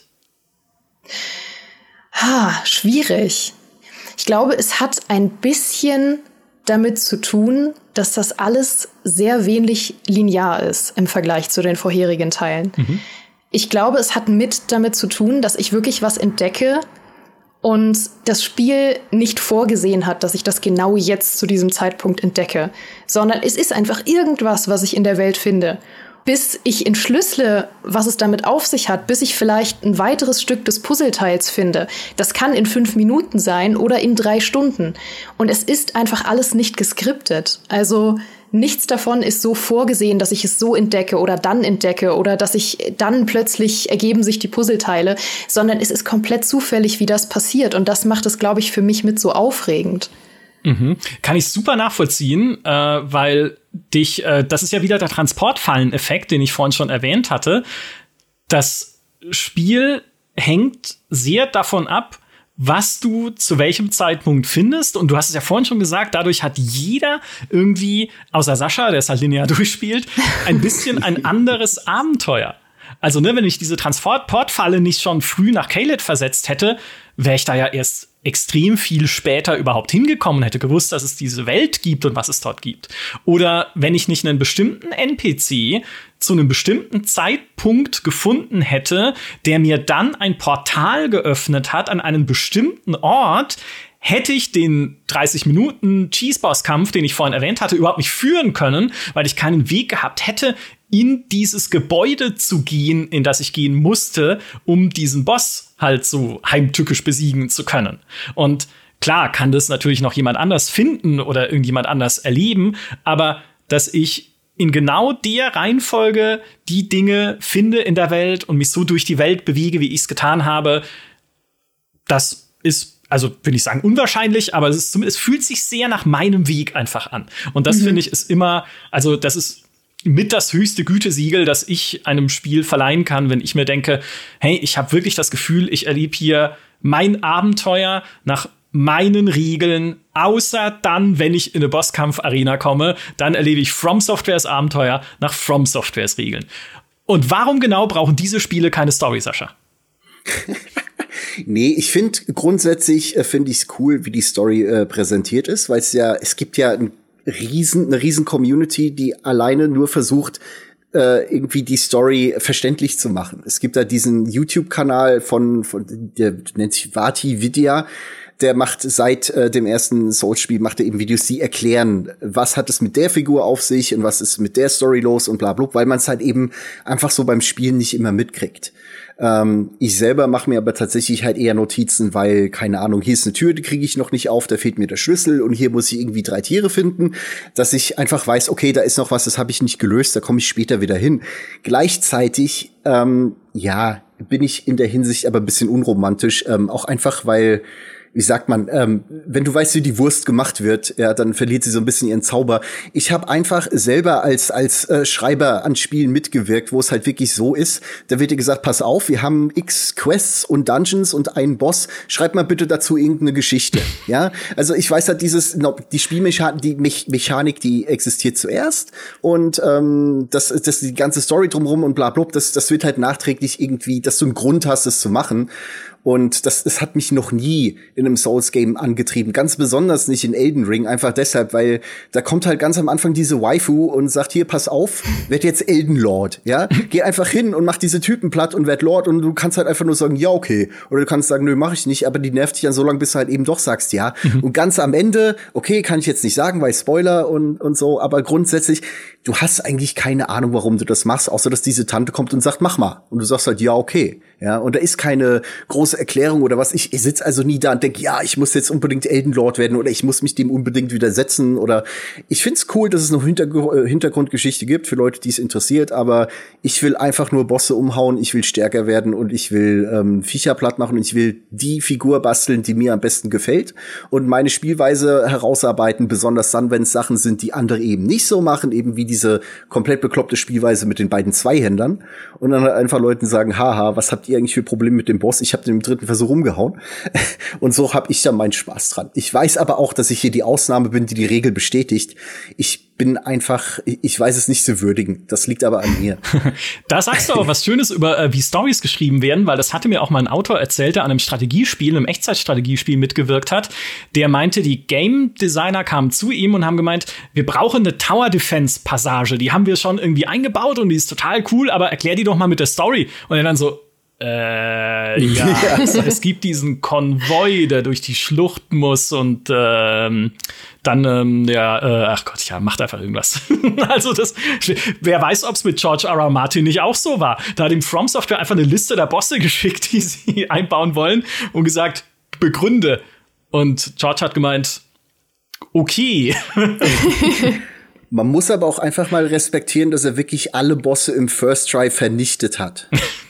Schwierig. Ich glaube, es hat ein bisschen damit zu tun, dass das alles sehr wenig linear ist im Vergleich zu den vorherigen Teilen. Mhm. Ich glaube, es hat damit zu tun, dass ich wirklich was entdecke und das Spiel nicht vorgesehen hat, dass ich das genau jetzt zu diesem Zeitpunkt entdecke, sondern es ist einfach irgendwas, was ich in der Welt finde. Bis ich entschlüssele, was es damit auf sich hat, bis ich vielleicht ein weiteres Stück des Puzzleteils finde. Das kann in 5 Minuten sein oder in 3 Stunden. Und es ist einfach alles nicht geskriptet. Also nichts davon ist so vorgesehen, dass ich es so entdecke oder dass ich dann plötzlich ergeben sich die Puzzleteile, sondern es ist komplett zufällig, wie das passiert. Und das macht es, glaube ich, für mich mit so aufregend. Mhm. Kann ich super nachvollziehen, weil das ist ja wieder der Transportfallen-Effekt, den ich vorhin schon erwähnt hatte. Das Spiel hängt sehr davon ab, was du zu welchem Zeitpunkt findest. Und du hast es ja vorhin schon gesagt, dadurch hat jeder irgendwie, außer Sascha, der es halt linear durchspielt, ein bisschen ein anderes Abenteuer. Also, wenn ich diese Transportfalle nicht schon früh nach Caelid versetzt hätte, wäre ich da ja erst extrem viel später überhaupt hingekommen, hätte gewusst, dass es diese Welt gibt und was es dort gibt. Oder wenn ich nicht einen bestimmten NPC zu einem bestimmten Zeitpunkt gefunden hätte, der mir dann ein Portal geöffnet hat an einem bestimmten Ort, hätte ich den 30-Minuten-Cheese-Boss-Kampf, den ich vorhin erwähnt hatte, überhaupt nicht führen können, weil ich keinen Weg gehabt hätte, in dieses Gebäude zu gehen, in das ich gehen musste, um diesen Boss halt so heimtückisch besiegen zu können. Und klar kann das natürlich noch jemand anders finden oder irgendjemand anders erleben, aber dass ich in genau der Reihenfolge die Dinge finde in der Welt und mich so durch die Welt bewege, wie ich es getan habe, das ist, also will ich sagen unwahrscheinlich, aber es fühlt sich sehr nach meinem Weg einfach an. Und das finde ich ist immer, also das ist mit das höchste Gütesiegel, das ich einem Spiel verleihen kann, wenn ich mir denke, hey, ich habe wirklich das Gefühl, ich erlebe hier mein Abenteuer nach meinen Regeln, außer dann, wenn ich in eine Bosskampf-Arena komme, dann erlebe ich From Softwares Abenteuer nach From Softwares Regeln. Und warum genau brauchen diese Spiele keine Story, Sascha? Nee, ich finde grundsätzlich finde ich es cool, wie die Story präsentiert ist, weil es gibt ja eine riesen Community, die alleine nur versucht, irgendwie die Story verständlich zu machen. Es gibt da diesen YouTube-Kanal der nennt sich Vati Vidya, der macht seit dem ersten Souls-Spiel macht er eben Videos, die erklären, was hat es mit der Figur auf sich und was ist mit der Story los und bla bla, weil man es halt eben einfach so beim Spielen nicht immer mitkriegt. Ich selber mache mir aber tatsächlich halt eher Notizen, weil, keine Ahnung, hier ist eine Tür, die kriege ich noch nicht auf, da fehlt mir der Schlüssel und hier muss ich irgendwie 3 Tiere finden, dass ich einfach weiß, okay, da ist noch was, das habe ich nicht gelöst, da komme ich später wieder hin. Gleichzeitig, bin ich in der Hinsicht aber ein bisschen unromantisch, auch einfach, weil, wie sagt man, wenn du weißt, wie die Wurst gemacht wird, ja, dann verliert sie so ein bisschen ihren Zauber. Ich habe einfach selber als Schreiber an Spielen mitgewirkt, wo es halt wirklich so ist. Da wird dir gesagt, pass auf, wir haben x Quests und Dungeons und einen Boss. Schreib mal bitte dazu irgendeine Geschichte. Ja, also ich weiß halt die Spielmechanik, die Mechanik, die existiert zuerst und das die ganze Story drumherum und bla bla, das wird halt nachträglich irgendwie, dass du einen Grund hast, es zu machen. Und das hat mich noch nie in einem Souls-Game angetrieben. Ganz besonders nicht in Elden Ring. Einfach deshalb, weil da kommt halt ganz am Anfang diese Waifu und sagt, hier, pass auf, werd jetzt Elden Lord. Ja, geh einfach hin und mach diese Typen platt und werd Lord. Und du kannst halt einfach nur sagen, ja, okay. Oder du kannst sagen, nö, mach ich nicht. Aber die nervt dich dann so lange, bis du halt eben doch sagst, ja. Und ganz am Ende, okay, kann ich jetzt nicht sagen, weil Spoiler und so. Aber grundsätzlich, du hast eigentlich keine Ahnung, warum du das machst. Außer, dass diese Tante kommt und sagt, mach mal. Und du sagst halt, ja, okay. Ja, und da ist keine große große Erklärung oder was. Ich sitze also nie da und denke, ja, ich muss jetzt unbedingt Elden Lord werden oder ich muss mich dem unbedingt widersetzen oder ich find's cool, dass es noch Hintergrundgeschichte gibt für Leute, die es interessiert, aber ich will einfach nur Bosse umhauen, ich will stärker werden und ich will Viecher platt machen und ich will die Figur basteln, die mir am besten gefällt und meine Spielweise herausarbeiten, besonders dann, wenn es Sachen sind, die andere eben nicht so machen, eben wie diese komplett bekloppte Spielweise mit den beiden Zweihändern und dann halt einfach Leuten sagen, haha, was habt ihr eigentlich für Probleme mit dem Boss? Ich habe den im 3. Versuch rumgehauen und so habe ich dann meinen Spaß dran. Ich weiß aber auch, dass ich hier die Ausnahme bin, die Regel bestätigt. Ich weiß es nicht zu würdigen. Das liegt aber an mir. Da sagst du auch was Schönes über, wie Storys geschrieben werden, weil das hatte mir auch mal ein Autor erzählt, der an einem Strategiespiel, einem Echtzeitstrategiespiel mitgewirkt hat. Der meinte, die Game Designer kamen zu ihm und haben gemeint, wir brauchen eine Tower Defense Passage. Die haben wir schon irgendwie eingebaut und die ist total cool, aber erklär die doch mal mit der Story. Und er dann so, es gibt diesen Konvoi, der durch die Schlucht muss und dann, ach Gott, ja, macht einfach irgendwas. Also wer weiß, ob es mit George R. R. Martin nicht auch so war. Da hat ihm From Software einfach eine Liste der Bosse geschickt, die sie einbauen wollen und gesagt, begründe. Und George hat gemeint, okay. Man muss aber auch einfach mal respektieren, dass er wirklich alle Bosse im First Try vernichtet hat.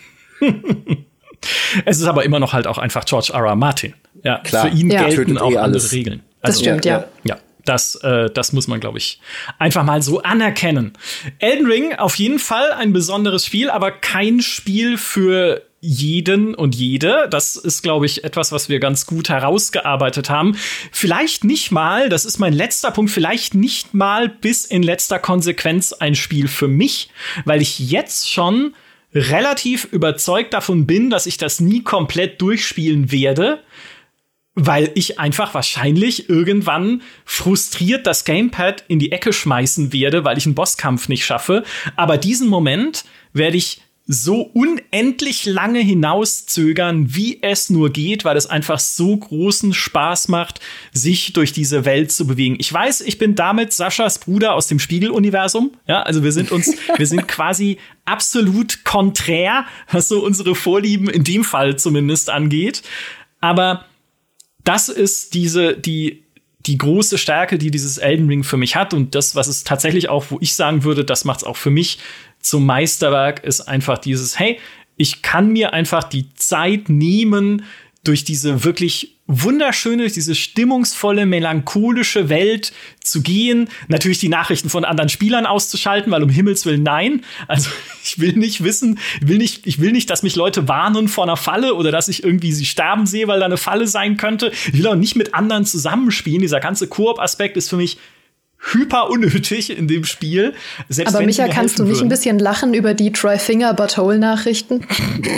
Es ist aber immer noch halt auch einfach George R. R. Martin. Ja, klar. Für ihn gelten auch alles. andere Regeln. Also, das stimmt, ja. Ja, das muss man, glaube ich, einfach mal so anerkennen. Elden Ring auf jeden Fall ein besonderes Spiel, aber kein Spiel für jeden und jede. Das ist, glaube ich, etwas, was wir ganz gut herausgearbeitet haben. Vielleicht nicht mal, das ist mein letzter Punkt, vielleicht nicht mal bis in letzter Konsequenz ein Spiel für mich, weil ich jetzt schon relativ überzeugt davon bin, dass ich das nie komplett durchspielen werde, weil ich einfach wahrscheinlich irgendwann frustriert das Gamepad in die Ecke schmeißen werde, weil ich einen Bosskampf nicht schaffe. Aber diesen Moment werde ich so unendlich lange hinauszögern, wie es nur geht, weil es einfach so großen Spaß macht, sich durch diese Welt zu bewegen. Ich weiß, ich bin damit Saschas Bruder aus dem Spiegeluniversum. Ja, also wir sind quasi absolut konträr, was so unsere Vorlieben in dem Fall zumindest angeht. Aber das ist die große Stärke, die dieses Elden Ring für mich hat und das, was es tatsächlich auch, wo ich sagen würde, das macht's auch für mich zum Meisterwerk, ist einfach dieses, hey, ich kann mir einfach die Zeit nehmen, durch diese wirklich wunderschöne, durch diese stimmungsvolle, melancholische Welt zu gehen. Natürlich die Nachrichten von anderen Spielern auszuschalten, weil um Himmels Willen nein. Also ich will nicht wissen, ich will nicht, dass mich Leute warnen vor einer Falle oder dass ich irgendwie sie sterben sehe, weil da eine Falle sein könnte. Ich will auch nicht mit anderen zusammenspielen. Dieser ganze Koop-Aspekt ist für mich hyper unnötig in dem Spiel. Selbst aber wenn Micha, kannst du nicht ein bisschen lachen über die Try-Finger-But-Hole-Nachrichten?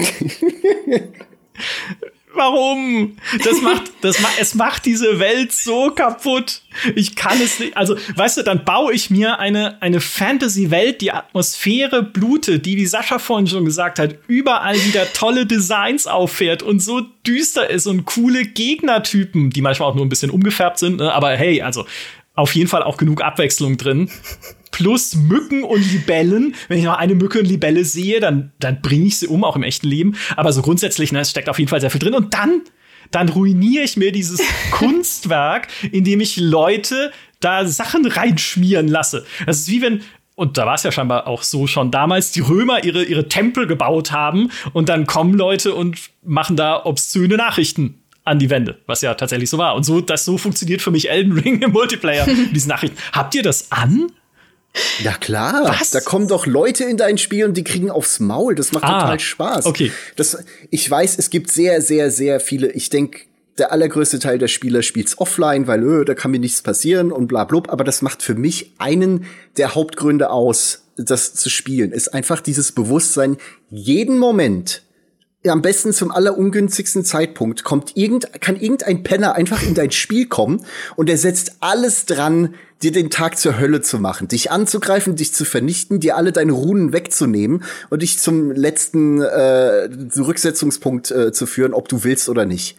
Warum? Es macht diese Welt so kaputt. Ich kann es nicht. Also, weißt du, dann baue ich mir eine Fantasy-Welt, die Atmosphäre blutet, die, wie Sascha vorhin schon gesagt hat, überall wieder tolle Designs auffährt und so düster ist und coole Gegnertypen, die manchmal auch nur ein bisschen umgefärbt sind, ne? Aber hey, also auf jeden Fall auch genug Abwechslung drin. Plus Mücken und Libellen. Wenn ich noch eine Mücke und Libelle sehe, dann bringe ich sie um, auch im echten Leben. Aber so grundsätzlich, es steckt auf jeden Fall sehr viel drin. Und dann ruiniere ich mir dieses Kunstwerk, indem ich Leute da Sachen reinschmieren lasse. Das ist wie wenn, und da war es ja scheinbar auch so schon damals, die Römer ihre Tempel gebaut haben und dann kommen Leute und machen da obszöne Nachrichten an die Wände, was ja tatsächlich so war. Und so funktioniert für mich Elden Ring im Multiplayer, diese Nachrichten. Habt ihr das an? Ja klar, was? Da kommen doch Leute in dein Spiel und die kriegen aufs Maul. Das macht total Spaß. Okay. Ich weiß, es gibt sehr, sehr, sehr viele, ich denke, der allergrößte Teil der Spieler spielt's offline, weil da kann mir nichts passieren und bla blub. Aber das macht für mich einen der Hauptgründe aus, das zu spielen. Ist einfach dieses Bewusstsein, jeden Moment, am besten zum allerungünstigsten Zeitpunkt, kann irgendein Penner einfach in dein Spiel kommen und er setzt alles dran, dir den Tag zur Hölle zu machen, dich anzugreifen, dich zu vernichten, dir alle deine Runen wegzunehmen und dich zum letzten Rücksetzungspunkt zu führen, ob du willst oder nicht.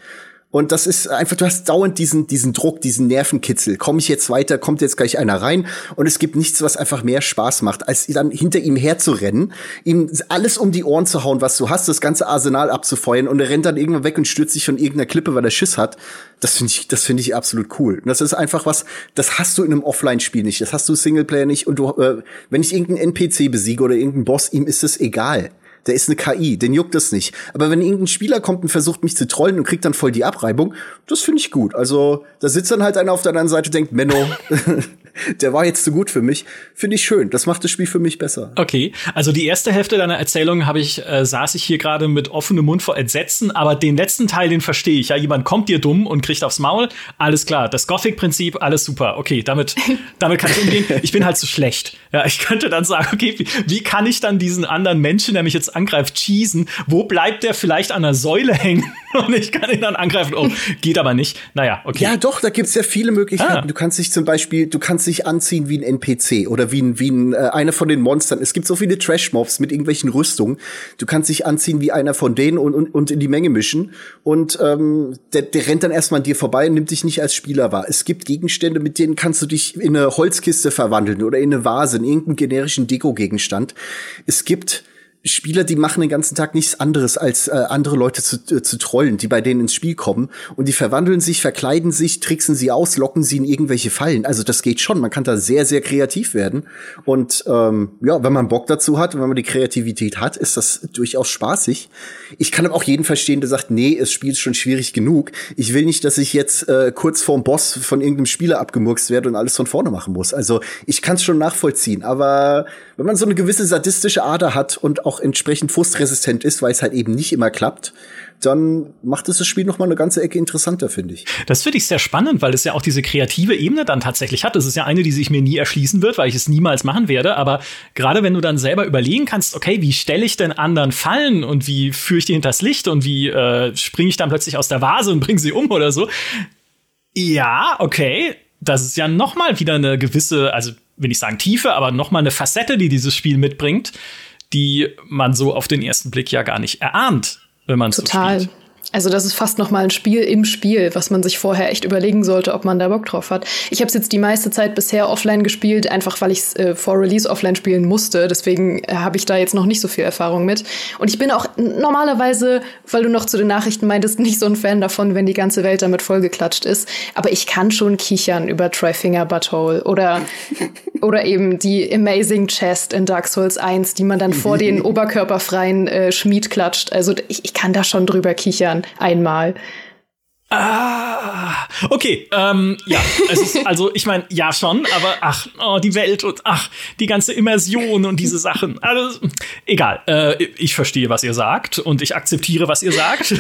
Und das ist einfach, du hast dauernd diesen Druck, diesen Nervenkitzel. Komme ich jetzt weiter, kommt jetzt gleich einer rein? Und es gibt nichts, was einfach mehr Spaß macht, als dann hinter ihm herzurennen, ihm alles um die Ohren zu hauen, was du hast, das ganze Arsenal abzufeuern, und er rennt dann irgendwann weg und stürzt sich von irgendeiner Klippe, weil er Schiss hat. Das finde ich absolut cool. Und das ist einfach was, das hast du in einem Offline-Spiel nicht, das hast du Singleplayer nicht. Und du, wenn ich irgendeinen NPC besiege oder irgendeinen Boss, ihm ist es egal. Der ist eine KI, den juckt das nicht. Aber wenn irgendein Spieler kommt und versucht, mich zu trollen und kriegt dann voll die Abreibung, das finde ich gut. Also, da sitzt dann halt einer auf der anderen Seite und denkt, Menno, der war jetzt zu gut für mich. Finde ich schön. Das macht das Spiel für mich besser. Okay, also die erste Hälfte deiner Erzählung saß ich hier gerade mit offenem Mund vor Entsetzen, aber den letzten Teil, den verstehe ich. Ja, jemand kommt dir dumm und kriegt aufs Maul. Alles klar, das Gothic-Prinzip, alles super. Okay, damit kann ich umgehen. Ich bin halt zu schlecht. Ja, ich könnte dann sagen, okay, wie kann ich dann diesen anderen Menschen, der mich jetzt angreift, cheesen? Wo bleibt der vielleicht an der Säule hängen? Und ich kann ihn dann angreifen. Oh, geht aber nicht. Naja, okay. Ja, doch, da gibt's ja viele Möglichkeiten. Du kannst dich zum Beispiel, sich anziehen wie ein NPC oder wie ein einer von den Monstern. Es gibt so viele Trash-Mobs mit irgendwelchen Rüstungen. Du kannst dich anziehen wie einer von denen und in die Menge mischen. Und der rennt dann erstmal an dir vorbei und nimmt dich nicht als Spieler wahr. Es gibt Gegenstände, mit denen kannst du dich in eine Holzkiste verwandeln oder in eine Vase, in irgendeinen generischen Deko-Gegenstand. Es gibt Spieler, die machen den ganzen Tag nichts anderes, als andere Leute zu trollen, die bei denen ins Spiel kommen. Und die verwandeln sich, verkleiden sich, tricksen sie aus, locken sie in irgendwelche Fallen. Also das geht schon. Man kann da sehr, sehr kreativ werden. Und wenn man Bock dazu hat und wenn man die Kreativität hat, ist das durchaus spaßig. Ich kann aber auch jeden verstehen, der sagt, nee, das Spiel ist schon schwierig genug. Ich will nicht, dass ich jetzt kurz vorm Boss von irgendeinem Spieler abgemurkst werde und alles von vorne machen muss. Also ich kann es schon nachvollziehen. Aber wenn man so eine gewisse sadistische Ader hat und auch entsprechend frustresistent ist, weil es halt eben nicht immer klappt, dann macht es das Spiel noch mal eine ganze Ecke interessanter, finde ich. Das finde ich sehr spannend, weil es ja auch diese kreative Ebene dann tatsächlich hat. Das ist ja eine, die sich mir nie erschließen wird, weil ich es niemals machen werde. Aber gerade wenn du dann selber überlegen kannst, okay, wie stelle ich denn anderen Fallen und wie führe ich die hinters Licht und wie springe ich dann plötzlich aus der Vase und bringe sie um oder so. Ja, okay, das ist ja noch mal wieder eine gewisse, also will ich sagen Tiefe, aber noch mal eine Facette, die dieses Spiel mitbringt, die man so auf den ersten Blick ja gar nicht erahnt, wenn man es so spielt. Total. Also das ist fast noch mal ein Spiel im Spiel, was man sich vorher echt überlegen sollte, ob man da Bock drauf hat. Ich habe es jetzt die meiste Zeit bisher offline gespielt, einfach weil ich es vor Release offline spielen musste. Deswegen habe ich da jetzt noch nicht so viel Erfahrung mit. Und ich bin auch normalerweise, weil du noch zu den Nachrichten meintest, nicht so ein Fan davon, wenn die ganze Welt damit vollgeklatscht ist. Aber ich kann schon kichern über Try-Finger Butthole oder eben die Amazing Chest in Dark Souls 1, die man dann vor den oberkörperfreien Schmied klatscht. Also ich kann da schon drüber kichern. Einmal. Okay, ja, also ich meine, ja schon, aber die Welt und die ganze Immersion und diese Sachen, also egal, ich verstehe, was ihr sagt und ich akzeptiere, was ihr sagt.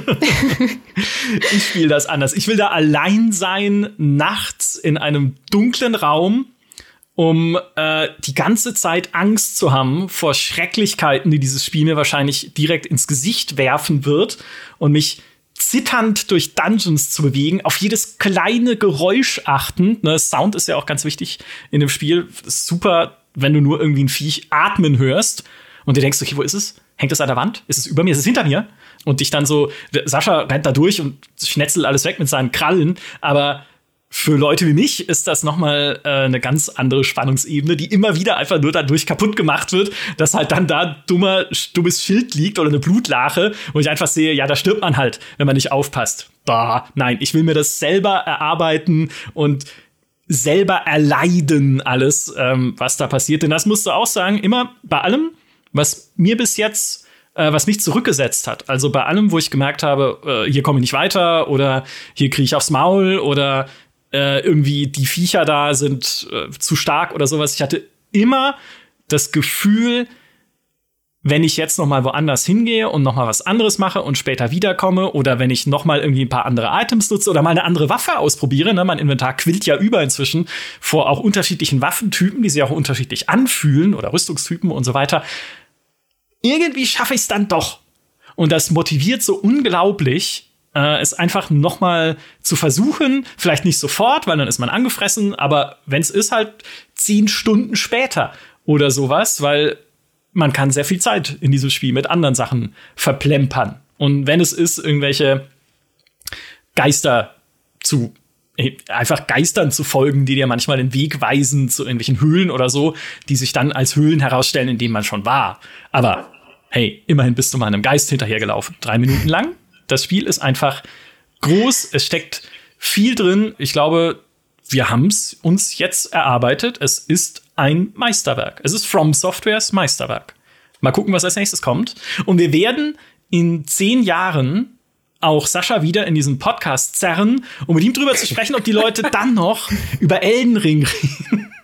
Ich spiele das anders. Ich will da allein sein, nachts in einem dunklen Raum, um die ganze Zeit Angst zu haben vor Schrecklichkeiten, die dieses Spiel mir wahrscheinlich direkt ins Gesicht werfen wird und mich zitternd durch Dungeons zu bewegen, auf jedes kleine Geräusch achtend. Ne, Sound ist ja auch ganz wichtig in dem Spiel. Ist super, wenn du nur irgendwie ein Viech atmen hörst und dir denkst, okay, wo ist es? Hängt es an der Wand? Ist es über mir? Ist es hinter mir? Und dich dann so, Sascha rennt da durch und schnetzelt alles weg mit seinen Krallen, aber für Leute wie mich ist das noch mal eine ganz andere Spannungsebene, die immer wieder einfach nur dadurch kaputt gemacht wird, dass halt dann da dummes Schild liegt oder eine Blutlache und ich einfach sehe, ja, da stirbt man halt, wenn man nicht aufpasst. Nein, ich will mir das selber erarbeiten und selber erleiden alles, was da passiert. Denn das musst du auch sagen, immer bei allem, was mir bis jetzt was mich zurückgesetzt hat. Also bei allem, wo ich gemerkt habe, hier komme ich nicht weiter oder hier kriege ich aufs Maul oder irgendwie die Viecher da sind zu stark oder sowas. Ich hatte immer das Gefühl, wenn ich jetzt noch mal woanders hingehe und noch mal was anderes mache und später wiederkomme oder wenn ich noch mal irgendwie ein paar andere Items nutze oder mal eine andere Waffe ausprobiere, ne, mein Inventar quillt ja über inzwischen vor auch unterschiedlichen Waffentypen, die sich auch unterschiedlich anfühlen oder Rüstungstypen und so weiter. Irgendwie schaffe ich es dann doch. Und das motiviert so unglaublich, es einfach noch mal zu versuchen, vielleicht nicht sofort, weil dann ist man angefressen, aber wenn es ist, halt 10 Stunden später oder sowas, weil man kann sehr viel Zeit in diesem Spiel mit anderen Sachen verplempern. Und wenn es ist, irgendwelche einfach Geistern zu folgen, die dir manchmal den Weg weisen zu irgendwelchen Höhlen oder so, die sich dann als Höhlen herausstellen, in denen man schon war. Aber hey, immerhin bist du mal einem Geist hinterhergelaufen. 3 Minuten lang. Das Spiel ist einfach groß. Es steckt viel drin. Ich glaube, wir haben es uns jetzt erarbeitet. Es ist ein Meisterwerk. Es ist From Softwares Meisterwerk. Mal gucken, was als nächstes kommt. Und wir werden in 10 Jahren auch Sascha wieder in diesen Podcast zerren, um mit ihm drüber zu sprechen, ob die Leute dann noch über Elden Ring reden.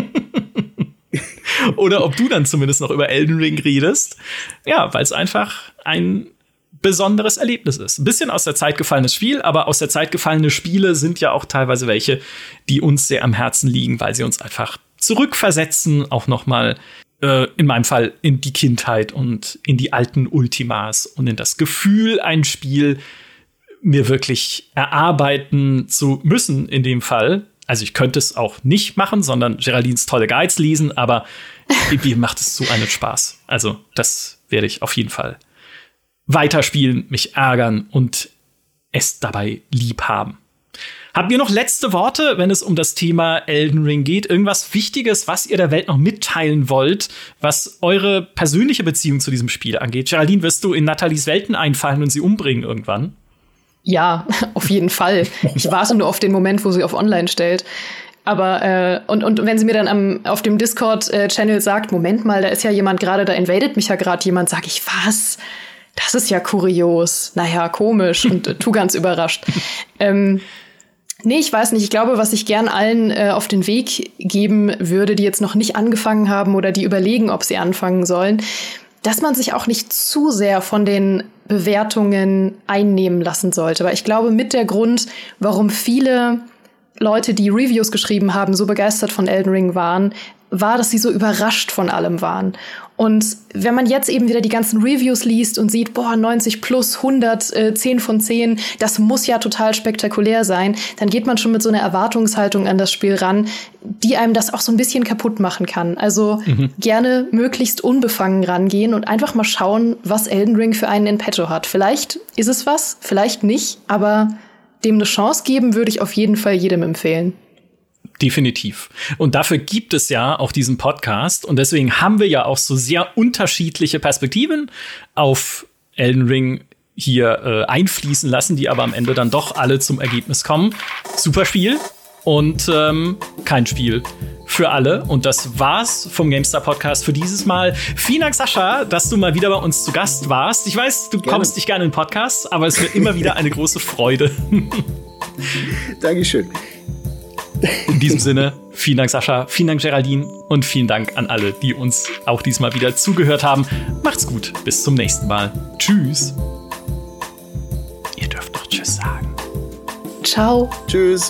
Oder ob du dann zumindest noch über Elden Ring redest. Ja, weil es einfach ein besonderes Erlebnis ist. Ein bisschen aus der Zeit gefallenes Spiel, aber aus der Zeit gefallene Spiele sind ja auch teilweise welche, die uns sehr am Herzen liegen, weil sie uns einfach zurückversetzen, auch noch mal in meinem Fall in die Kindheit und in die alten Ultimas und in das Gefühl, ein Spiel mir wirklich erarbeiten zu müssen in dem Fall. Also ich könnte es auch nicht machen, sondern Geraldines tolle Guides lesen, aber mir macht es so einen Spaß. Also das werde ich auf jeden Fall weiterspielen, mich ärgern und es dabei lieb haben. Habt ihr noch letzte Worte, wenn es um das Thema Elden Ring geht? Irgendwas Wichtiges, was ihr der Welt noch mitteilen wollt, was eure persönliche Beziehung zu diesem Spiel angeht? Geraldine, wirst du in Nathalies Welten einfallen und sie umbringen irgendwann? Ja, auf jeden Fall. Ich warte nur auf den Moment, wo sie auf Online stellt. Aber und wenn sie mir dann auf dem Discord-Channel sagt, Moment mal, da ist ja jemand gerade, da invadet mich ja gerade jemand, sag ich, was? Das ist ja kurios. Naja, komisch und tu ganz überrascht. Nee, ich weiß nicht. Ich glaube, was ich gern allen auf den Weg geben würde, die jetzt noch nicht angefangen haben oder die überlegen, ob sie anfangen sollen, dass man sich auch nicht zu sehr von den Bewertungen einnehmen lassen sollte. Weil ich glaube, mit der Grund, warum viele Leute, die Reviews geschrieben haben, so begeistert von Elden Ring waren, war, dass sie so überrascht von allem waren. Und wenn man jetzt eben wieder die ganzen Reviews liest und sieht, 90 plus, 100, 10 von 10, das muss ja total spektakulär sein, dann geht man schon mit so einer Erwartungshaltung an das Spiel ran, die einem das auch so ein bisschen kaputt machen kann. Also gerne möglichst unbefangen rangehen und einfach mal schauen, was Elden Ring für einen in petto hat. Vielleicht ist es was, vielleicht nicht, aber dem eine Chance geben würde ich auf jeden Fall jedem empfehlen. Definitiv. Und dafür gibt es ja auch diesen Podcast. Und deswegen haben wir ja auch so sehr unterschiedliche Perspektiven auf Elden Ring hier einfließen lassen, die aber am Ende dann doch alle zum Ergebnis kommen. Super Spiel und kein Spiel für alle. Und das war's vom GameStar Podcast für dieses Mal. Vielen Dank, Sascha, dass du mal wieder bei uns zu Gast warst. Ich weiß, du kommst nicht gerne in Podcasts, aber es wird immer wieder eine große Freude. Dankeschön. In diesem Sinne, vielen Dank, Sascha, vielen Dank, Geraldine und vielen Dank an alle, die uns auch diesmal wieder zugehört haben. Macht's gut, bis zum nächsten Mal. Tschüss. Ihr dürft noch Tschüss sagen. Ciao. Tschüss.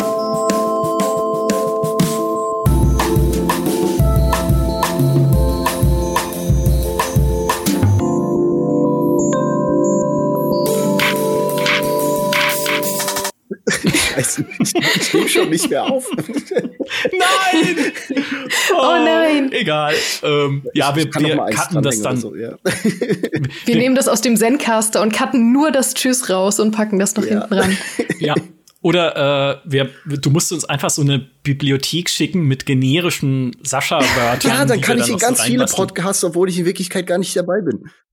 Ich nehme schon nicht mehr auf. Nein! Oh nein! Egal. Ja, wir cutten das dann. So, ja. Wir nehmen das aus dem Zencaster und cutten nur das Tschüss raus und packen das noch hinten ran. Ja. Oder du musst uns einfach so eine Bibliothek schicken mit generischen Sascha-Wörtern. Ja, dann kann ich in ganz viele Podcasts, obwohl ich in Wirklichkeit gar nicht dabei bin.